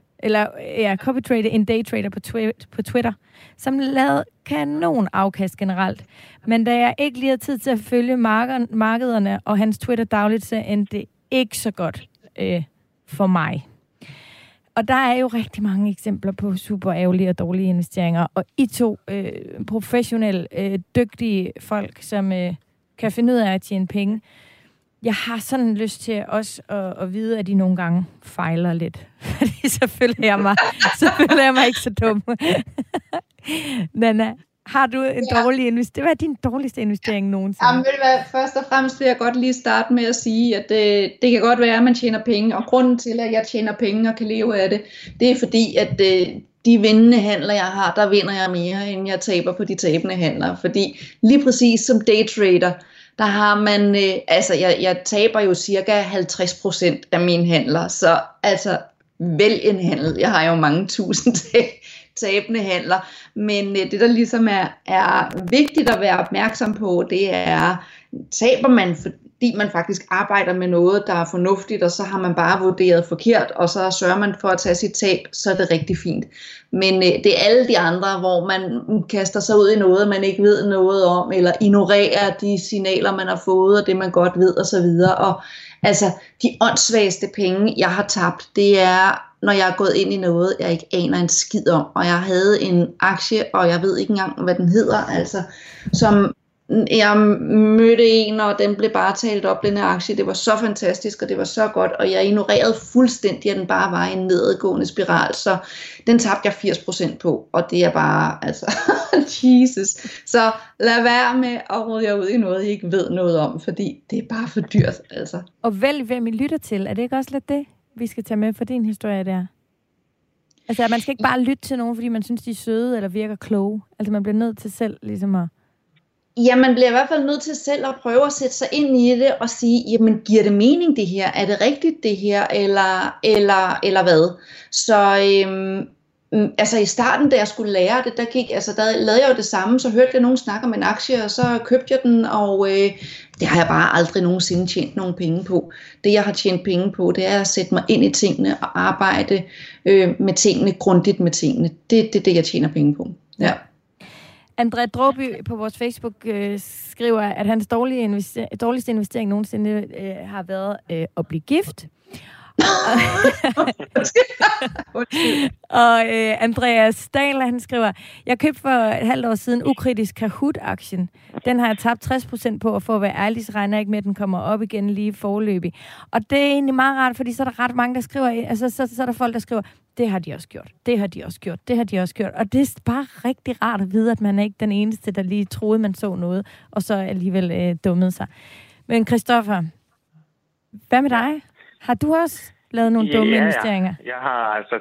en daytrader på Twitter, som lavede kanon afkast generelt. Men da jeg ikke lige havde tid til at følge markederne og hans Twitter dagligt, så endte det ikke så godt for mig. Og der er jo rigtig mange eksempler på super ærgerlige og dårlige investeringer. Og I to professionelle, dygtige folk, som kan finde ud af at tjene penge. Jeg har sådan lyst til også at vide, at I nogle gange fejler lidt. Fordi så føler jeg mig ikke så dum. Nana, har du en dårlig investering? Hvad er din dårligste investering nogensinde? Jamen, først og fremmest vil jeg godt lige starte med at sige, at det kan godt være, at man tjener penge. Og grunden til, at jeg tjener penge og kan leve af det, det er fordi, at de vindende handler, jeg har, der vinder jeg mere, end jeg taber på de tabende handler. Fordi lige præcis som daytrader, der har man, jeg taber jo cirka 50% af mine handler. Så altså, vælg en handel. Jeg har jo mange tusind tabende handler, men det der ligesom er vigtigt at være opmærksom på, det er, taber man, fordi man faktisk arbejder med noget, der er fornuftigt, og så har man bare vurderet forkert, og så sørger man for at tage sit tab, så er det rigtig fint. Men det er alle de andre, hvor man kaster sig ud i noget, man ikke ved noget om, eller ignorerer de signaler, man har fået, og det man godt ved, og så videre. Og altså, de åndssvageste penge, jeg har tabt, det er, når jeg er gået ind i noget, jeg ikke aner en skid om. Og jeg havde en aktie, og jeg ved ikke engang, hvad den hedder, altså, som jeg mødte en, og den blev bare talt op, den her aktie. Det var så fantastisk, og det var så godt, og jeg ignorerede fuldstændig, at den bare var i en nedadgående spiral. Så den tabte jeg 80% på, og det er bare, altså, Jesus. Så lad være med at rode jer ud i noget, I ikke ved noget om, fordi det er bare for dyrt, altså. Og vælg, hvem I lytter til. Er det ikke også lidt det, vi skal tage med for din historie der? Altså, man skal ikke bare lytte til nogen, fordi man synes, de er søde eller virker kloge. Altså, man bliver nødt til selv ligesom at... Ja, man bliver i hvert fald nødt til selv at prøve at sætte sig ind i det og sige, jamen, giver det mening det her? Er det rigtigt det her? Eller hvad? Så altså i starten, da jeg skulle lære det, der lavede jeg jo det samme, så hørte jeg nogen snakke om en aktie, og så købte jeg den, og det har jeg bare aldrig nogensinde tjent nogen penge på. Det, jeg har tjent penge på, det er at sætte mig ind i tingene og arbejde med tingene, grundigt med tingene. Det er det, jeg tjener penge på. Ja. André Dråby på vores Facebook skriver, at hans dårligste investering nogensinde har været at blive gift. Og Andreas Dahl, han skriver, jeg købte for et halvt år siden ukritisk Kahoot-aktien. Den har jeg tabt 60% på, og for at være ærlig, så regner jeg ikke med, at den kommer op igen lige foreløbig. Og det er egentlig meget rart, fordi så er der ret mange, der skriver, altså så er der folk, der skriver, det har de også gjort, det har de også gjort, det har de også gjort. Og det er bare rigtig rart at vide, at man er ikke den eneste, der lige troede, man så noget, og så alligevel dummede sig. Men Christoffer, hvad med dig? Har du også lavet nogle dumme investeringer? Jeg har altså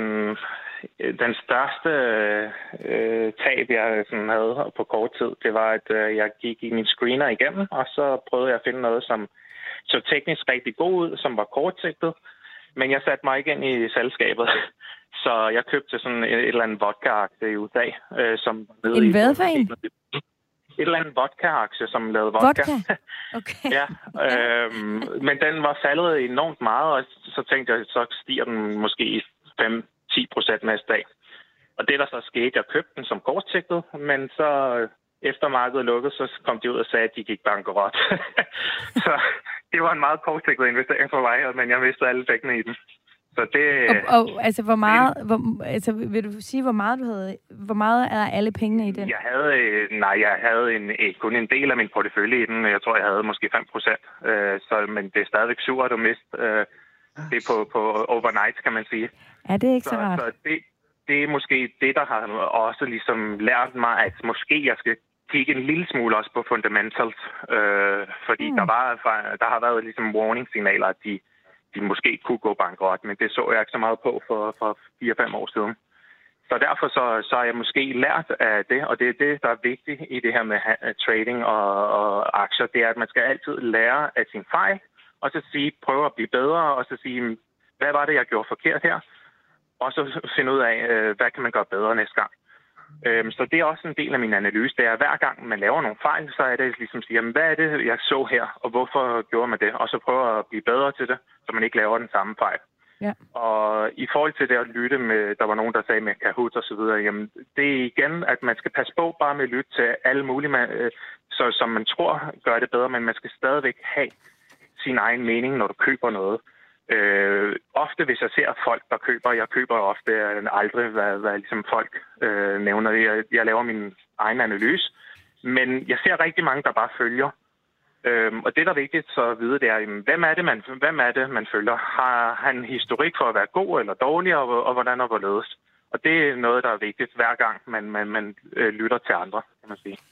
den største tab, jeg sådan havde på kort tid, det var, at jeg gik i min screener igennem, og så prøvede jeg at finde noget, som så teknisk rigtig god ud, som var kortsigtet, men jeg satte mig ikke ind i selskabet. Så jeg købte sådan et eller andet vodka-aktie i USA, som nede en hvad for en? Et eller andet vodka-aktie, som lavede vodka. Okay. Ja, men den var faldet enormt meget, og så tænkte jeg, så stiger den måske 5-10% næste dag. Og det der så skete, jeg købte den som kortsigtet, men så efter markedet lukkede, så kom de ud og sagde, at de gik bankerot. Så det var en meget kortsigtet investering for mig, men jeg mistede alle pengene i den. Så det, og altså hvor meget, vil du sige, hvor meget er alle pengene i den? Jeg havde kun en del af min portefølje i den. Jeg tror, jeg havde måske 5%. Men det er stadigvæk surt at miste det på overnight, kan man sige. Ja, det er ikke så rart. Så det er måske det, der har også ligesom lært mig, at måske jeg skal kigge en lille smule også på fundamentals. Fordi der har været ligesom warning-signaler, at de måske kunne gå bankerot, men det så jeg ikke så meget på for 4-5 år siden. Så derfor så har jeg måske lært af det, og det er det, der er vigtigt i det her med trading og aktier, det er, at man skal altid lære af sin fejl, og så prøve at blive bedre, og så sige, hvad var det, jeg gjorde forkert her? Og så finde ud af, hvad kan man gøre bedre næste gang. Så det er også en del af min analyse, det er, at hver gang man laver nogle fejl, så er det ligesom at sige, jamen, hvad er det, jeg så her, og hvorfor gjorde man det? Og så prøve at blive bedre til det, så man ikke laver den samme fejl. Ja. Og i forhold til det at lytte med, der var nogen, der sagde med Kahoot og så videre, jamen, det er igen, at man skal passe på bare med at lytte til alle mulige, så som man tror gør det bedre, men man skal stadigvæk have sin egen mening, når du køber noget. Ofte, hvis jeg ser folk, der køber, jeg køber ofte aldrig, hvad ligesom folk nævner. Jeg laver min egen analyse, men jeg ser rigtig mange, der bare følger. Og det, der er vigtigt så at vide, det er, hvem er det, man følger? Har han historik for at være god eller dårlig, og hvordan og hvorledes? Og det er noget, der er vigtigt hver gang, man lytter til andre, kan man sige.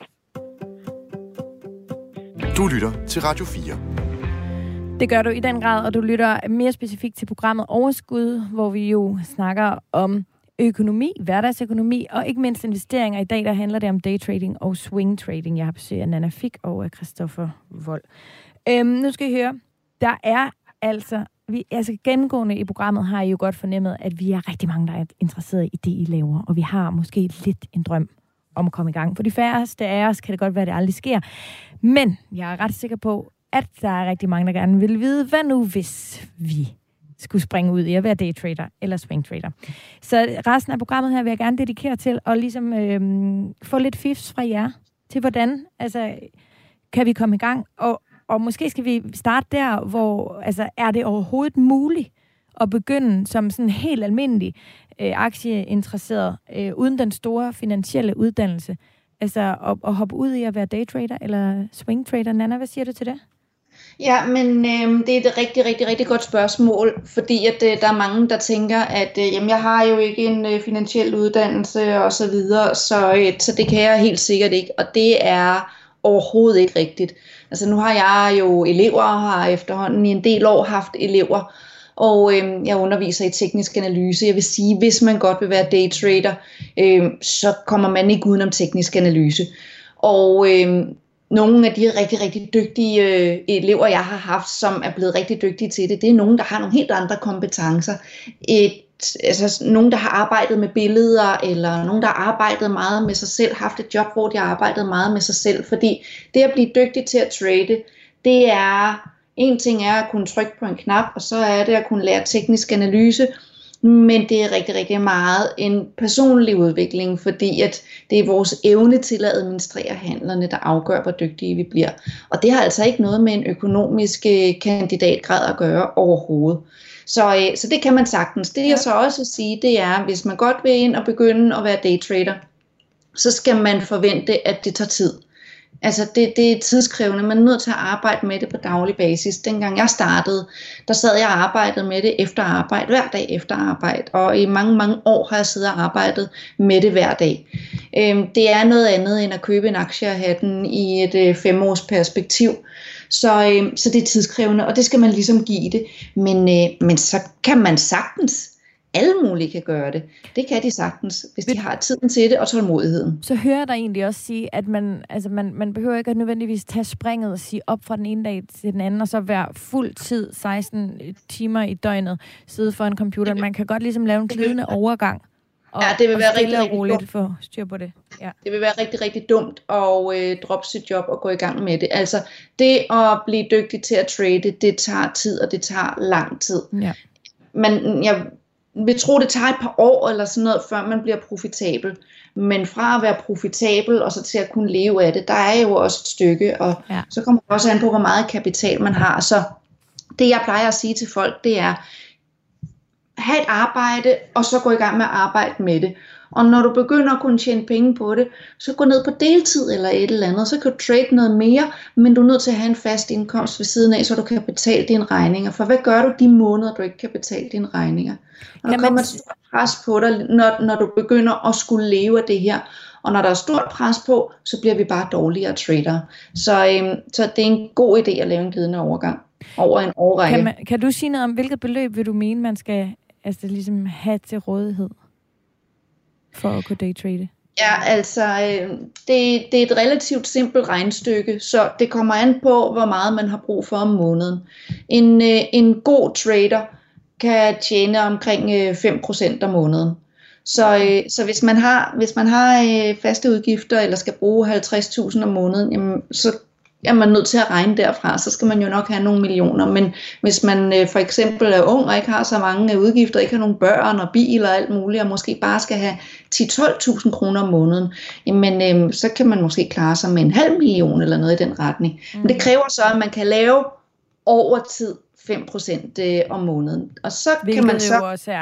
Du lytter til Radio 4. Det gør du i den grad, og du lytter mere specifikt til programmet Overskud, hvor vi jo snakker om økonomi, hverdagsøkonomi og ikke mindst investeringer. I dag der handler det om daytrading og swing trading. Jeg har besøg af Nanna Fik og af Christoffer Vold. Nu skal I høre, der er altså gennemgående i programmet har I jo godt fornemmet, at vi er rigtig mange, der er interesseret i det, I laver, og vi har måske lidt en drøm om at komme i gang. For de færreste af os kan det godt være, at det aldrig sker. Men jeg er ret sikker på, at der er rigtig mange, der gerne vil vide, hvad nu hvis vi skulle springe ud i at være daytrader eller swingtrader. Så resten af programmet her vil jeg gerne dedikere til at ligesom få lidt fifs fra jer til, hvordan kan vi komme i gang. Og måske skal vi starte der, hvor er det overhovedet muligt at begynde som sådan helt almindelig aktieinteresseret, uden den store finansielle uddannelse, at hoppe ud i at være daytrader eller swingtrader. Nanna, hvad siger du til det? Ja, men det er et rigtig, rigtig, rigtig godt spørgsmål, fordi at der er mange, der tænker, at jeg har jo ikke en finansiel uddannelse og så videre, så det kan jeg helt sikkert ikke, og det er overhovedet ikke rigtigt. Altså nu har jeg jo elever, og har efterhånden i en del år haft elever, og jeg underviser i teknisk analyse. Jeg vil sige, hvis man godt vil være daytrader, så kommer man ikke udenom teknisk analyse. Og nogle af de rigtig, rigtig dygtige elever, jeg har haft, som er blevet rigtig dygtige til det, det er nogen, der har nogle helt andre kompetencer. Nogen, der har arbejdet med billeder, eller nogen, der har arbejdet meget med sig selv, haft et job, hvor de har arbejdet meget med sig selv. Fordi det at blive dygtig til at trade, det er, en ting er at kunne trykke på en knap, og så er det at kunne lære teknisk analyse. Men det er rigtig, rigtig meget en personlig udvikling, fordi at det er vores evne til at administrere handlerne, der afgør, hvor dygtige vi bliver. Og det har altså ikke noget med en økonomisk kandidatgrad at gøre overhovedet. Så det kan man sagtens. Det jeg så også vil sige, det er, hvis man godt vil ind og begynde at være daytrader, så skal man forvente, at det tager tid. Altså det er tidskrævende, man er nødt til at arbejde med det på daglig basis. Dengang jeg startede, der sad jeg og arbejdede med det efter arbejde, hver dag efter arbejde. Og i mange, mange år har jeg siddet og arbejdet med det hver dag. Det er noget andet end at købe en aktie og have den i et 5-års perspektiv. Så det er tidskrævende, og det skal man ligesom give det. Men så kan man sagtens. Alle mulige kan gøre det. Det kan de sagtens, hvis de har tiden til det og tålmodigheden. Så hører jeg dig egentlig også sige, at man behøver ikke at nødvendigvis tage springet og sige op fra den ene dag til den anden, og så være fuld tid, 16 timer i døgnet, sidde for en computer. Man kan godt ligesom lave en glidende overgang. Og, det vil være rigtig roligt for styr på det. Ja. Det vil være rigtig, rigtig dumt at droppe sit job og gå i gang med det. Altså, det at blive dygtig til at trade, det tager tid, og det tager lang tid. Ja. Men jeg vil tro, det tager et par år eller sådan noget, før man bliver profitabel. Men fra at være profitabel og så til at kunne leve af det, der er jo også et stykke, og så kommer det også an på, hvor meget kapital man har. Så det jeg plejer at sige til folk, det er, have et arbejde, og så gå i gang med at arbejde med det. Og når du begynder at kunne tjene penge på det, så gå ned på deltid eller et eller andet, så kan du trade noget mere, men du er nødt til at have en fast indkomst ved siden af, så du kan betale dine regninger. For hvad gør du de måneder, du ikke kan betale dine regninger? Og der kommer et stort pres på dig, når du begynder at skulle leve af det her. Og når der er stort pres på, så bliver vi bare dårligere trader. Så det er en god idé at lave en glidende overgang over en årrække. Kan du sige noget om, hvilket beløb vil du mene, man skal ligesom have til rådighed for at kunne daytrade? Ja, altså, det er et relativt simpelt regnestykke, så det kommer an på, hvor meget man har brug for om måneden. En god trader kan tjene omkring 5% om måneden. Så hvis man har faste udgifter, eller skal bruge 50.000 om måneden, jamen, så er man nødt til at regne derfra, så skal man jo nok have nogle millioner. Men hvis man for eksempel er ung og ikke har så mange udgifter, ikke har nogen børn og bil og alt muligt, og måske bare skal have 10-12.000 kroner om måneden, jamen, så kan man måske klare sig med 500.000 eller noget i den retning. Men det kræver så, at man kan lave over tid 5% om måneden. Og så hvilket kan man så... jo også er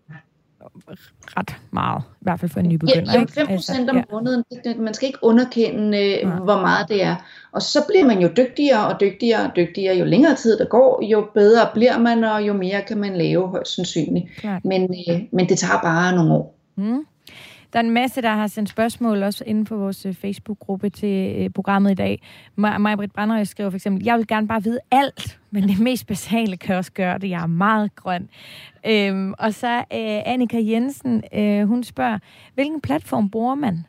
ret meget, i hvert fald for en nybegynder. Ja, 5% om måneden, man skal ikke underkende, hvor meget det er. Og så bliver man jo dygtigere og dygtigere og dygtigere. Jo længere tid der går, jo bedre bliver man, og jo mere kan man lave højst sandsynligt. Men det tager bare nogle år. Der er en masse, der har sendt spørgsmål også inde på vores Facebook-gruppe til programmet i dag. Maj-Britt Brandhøj skriver for eksempel, jeg vil gerne bare vide alt, men det mest basale kan også gøre det. Jeg er meget grøn. Og så Annika Jensen, hun spørger, hvilken platform bruger man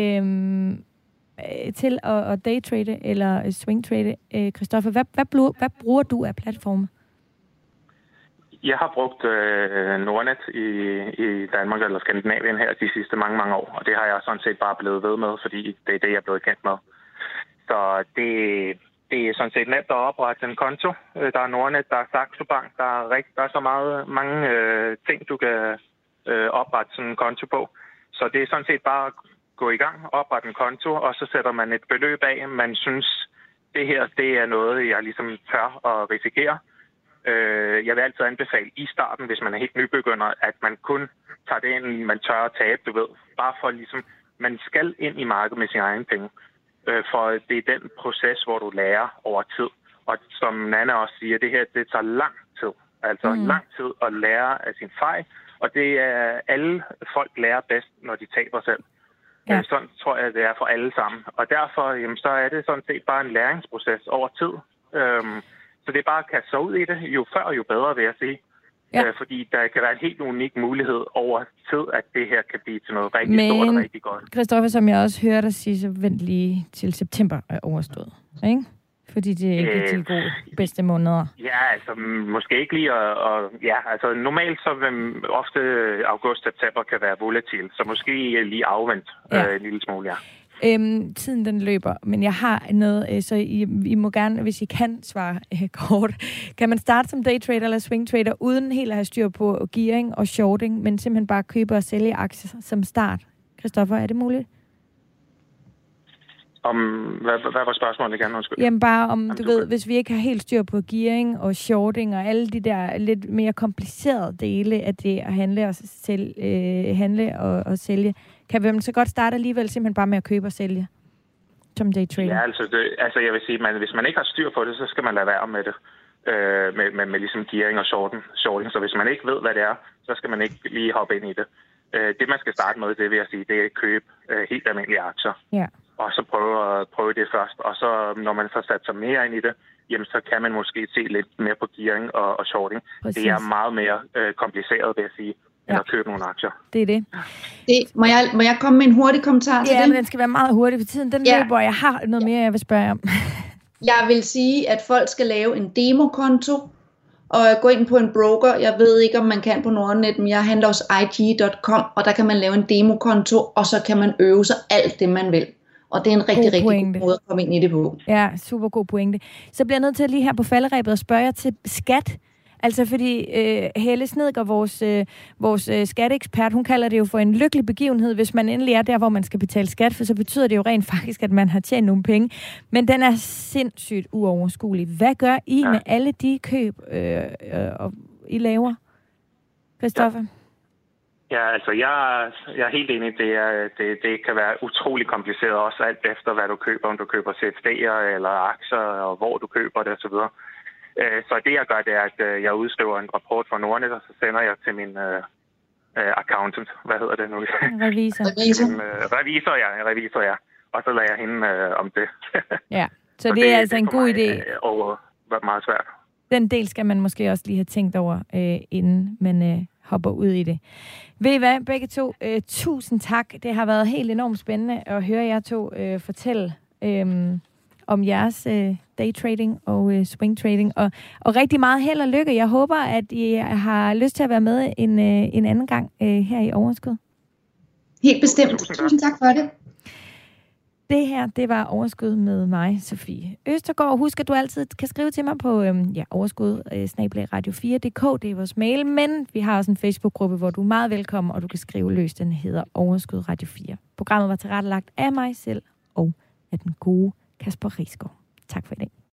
til at daytrade eller swingtrade? Christoffer, hvad bruger du af platforme? Jeg har brugt Nordnet i Danmark eller Skandinavien her de sidste mange, mange år, og det har jeg sådan set bare blevet ved med, fordi det er det, jeg er blevet kendt med. Så det er sådan set nemt at oprette en konto. Der er Nordnet, der er Saxo Bank, der er så mange ting, du kan oprette sådan en konto på. Så det er sådan set bare at gå i gang, oprette en konto, og så sætter man et beløb af, man synes, det her det er noget, jeg ligesom tør at risikere. Jeg vil altid anbefale i starten, hvis man er helt nybegynder, at man kun tager det ind, man tør at tabe, du ved. Bare for ligesom, man skal ind i markedet med sine egne penge. For det er den proces, hvor du lærer over tid. Og som Nanna også siger, det her, det tager lang tid. Altså lang tid at lære af sin fejl. Og det er alle folk lærer bedst, når de taber selv. Ja. Sådan tror jeg, det er for alle sammen. Og derfor, jamen, så er det sådan set bare en læringsproces over tid. Så det er bare at kaste sig ud i det. Jo før, jo bedre, vil jeg sige. Ja. Fordi der kan være en helt unik mulighed over tid, at det her kan blive til noget rigtig stort og rigtig godt. Christoffer, som jeg også hørte dig sige, så vent lige til september er overstået. Ikke? Fordi det er ikke de gode bedste måneder. Ja, altså måske ikke lige. Altså normalt så vil ofte august-september kan være volatil. Så måske lige afvent en lille smule, ja. Tiden den løber, men jeg har noget, så I må gerne, hvis I kan svare kort. Kan man starte som daytrader eller swingtrader, uden helt at have styr på gearing og shorting, men simpelthen bare købe og sælge aktier som start? Christoffer, er det muligt? Hvad var spørgsmålet igen? Jamen bare om, du ved, hvis vi ikke har helt styr på gearing og shorting og alle de der lidt mere komplicerede dele af det at handle og sælge, kan vi så godt starte alligevel simpelthen bare med at købe og sælge som daytrader? Ja, altså jeg vil sige, at hvis man ikke har styr på det, så skal man lade være med det. Med ligesom gearing og shorting. Så hvis man ikke ved, hvad det er, så skal man ikke lige hoppe ind i det. Det, man skal starte med, det vil jeg sige, det er at købe helt almindelige aktier. Ja. Og så prøve det først. Og så, når man så sat sig mere ind i det, jamen, så kan man måske se lidt mere på gearing og shorting. Præcis. Det er meget mere kompliceret, vil jeg sige, end at købe nogle aktier. Det er det. Må jeg komme med en hurtig kommentar til det? Ja, men den skal være meget hurtig, for tiden den løber, og jeg har noget mere, jeg vil spørge om. Jeg vil sige, at folk skal lave en demokonto, og gå ind på en broker. Jeg ved ikke, om man kan på Nordnet, men jeg handler hos IG.com, og der kan man lave en demokonto, og så kan man øve sig alt det, man vil. Og det er en rigtig god måde at komme ind i det på. Ja, super god pointe. Så bliver jeg nødt til lige her på falderebet at spørge jer til skat. Altså fordi Helle Snedgaard, vores skatteekspert, hun kalder det jo for en lykkelig begivenhed, hvis man endelig er der, hvor man skal betale skat, for så betyder det jo rent faktisk, at man har tjent nogle penge. Men den er sindssygt uoverskuelig. Hvad gør I med alle de køb, I laver? Christoffer? Ja, altså jeg er helt enig. Det kan være utrolig kompliceret, også alt efter hvad du køber, om du køber CFD'er eller aktier, og hvor du køber det osv. Så det jeg gør, det er, at jeg udskriver en rapport fra Nordnet, og så sender jeg til min accountant. Hvad hedder det nu? Revisor. Revisor, ja. Og så lader jeg hende om det. Ja, så det er altså en god idé. Og meget svært. Den del skal man måske også lige have tænkt over, inden man hopper ud i det. Ved I hvad, begge to? Tusind tak. Det har været helt enormt spændende at høre jer to fortælle om jeres daytrading og swingtrading. Og rigtig meget held og lykke. Jeg håber, at I har lyst til at være med en anden gang her i Overskud. Helt bestemt. Tusind tak for det. Det her, det var Overskud med mig, Sofie Østergaard. Husk, at du altid kan skrive til mig på overskud@radio4.dk. Det er vores mail, men vi har også en Facebook-gruppe, hvor du er meget velkommen, og du kan skrive løs. Den hedder Overskud Radio 4. Programmet var tilrettelagt af mig selv og af den gode Kasper Risgaard. Tak for i dag.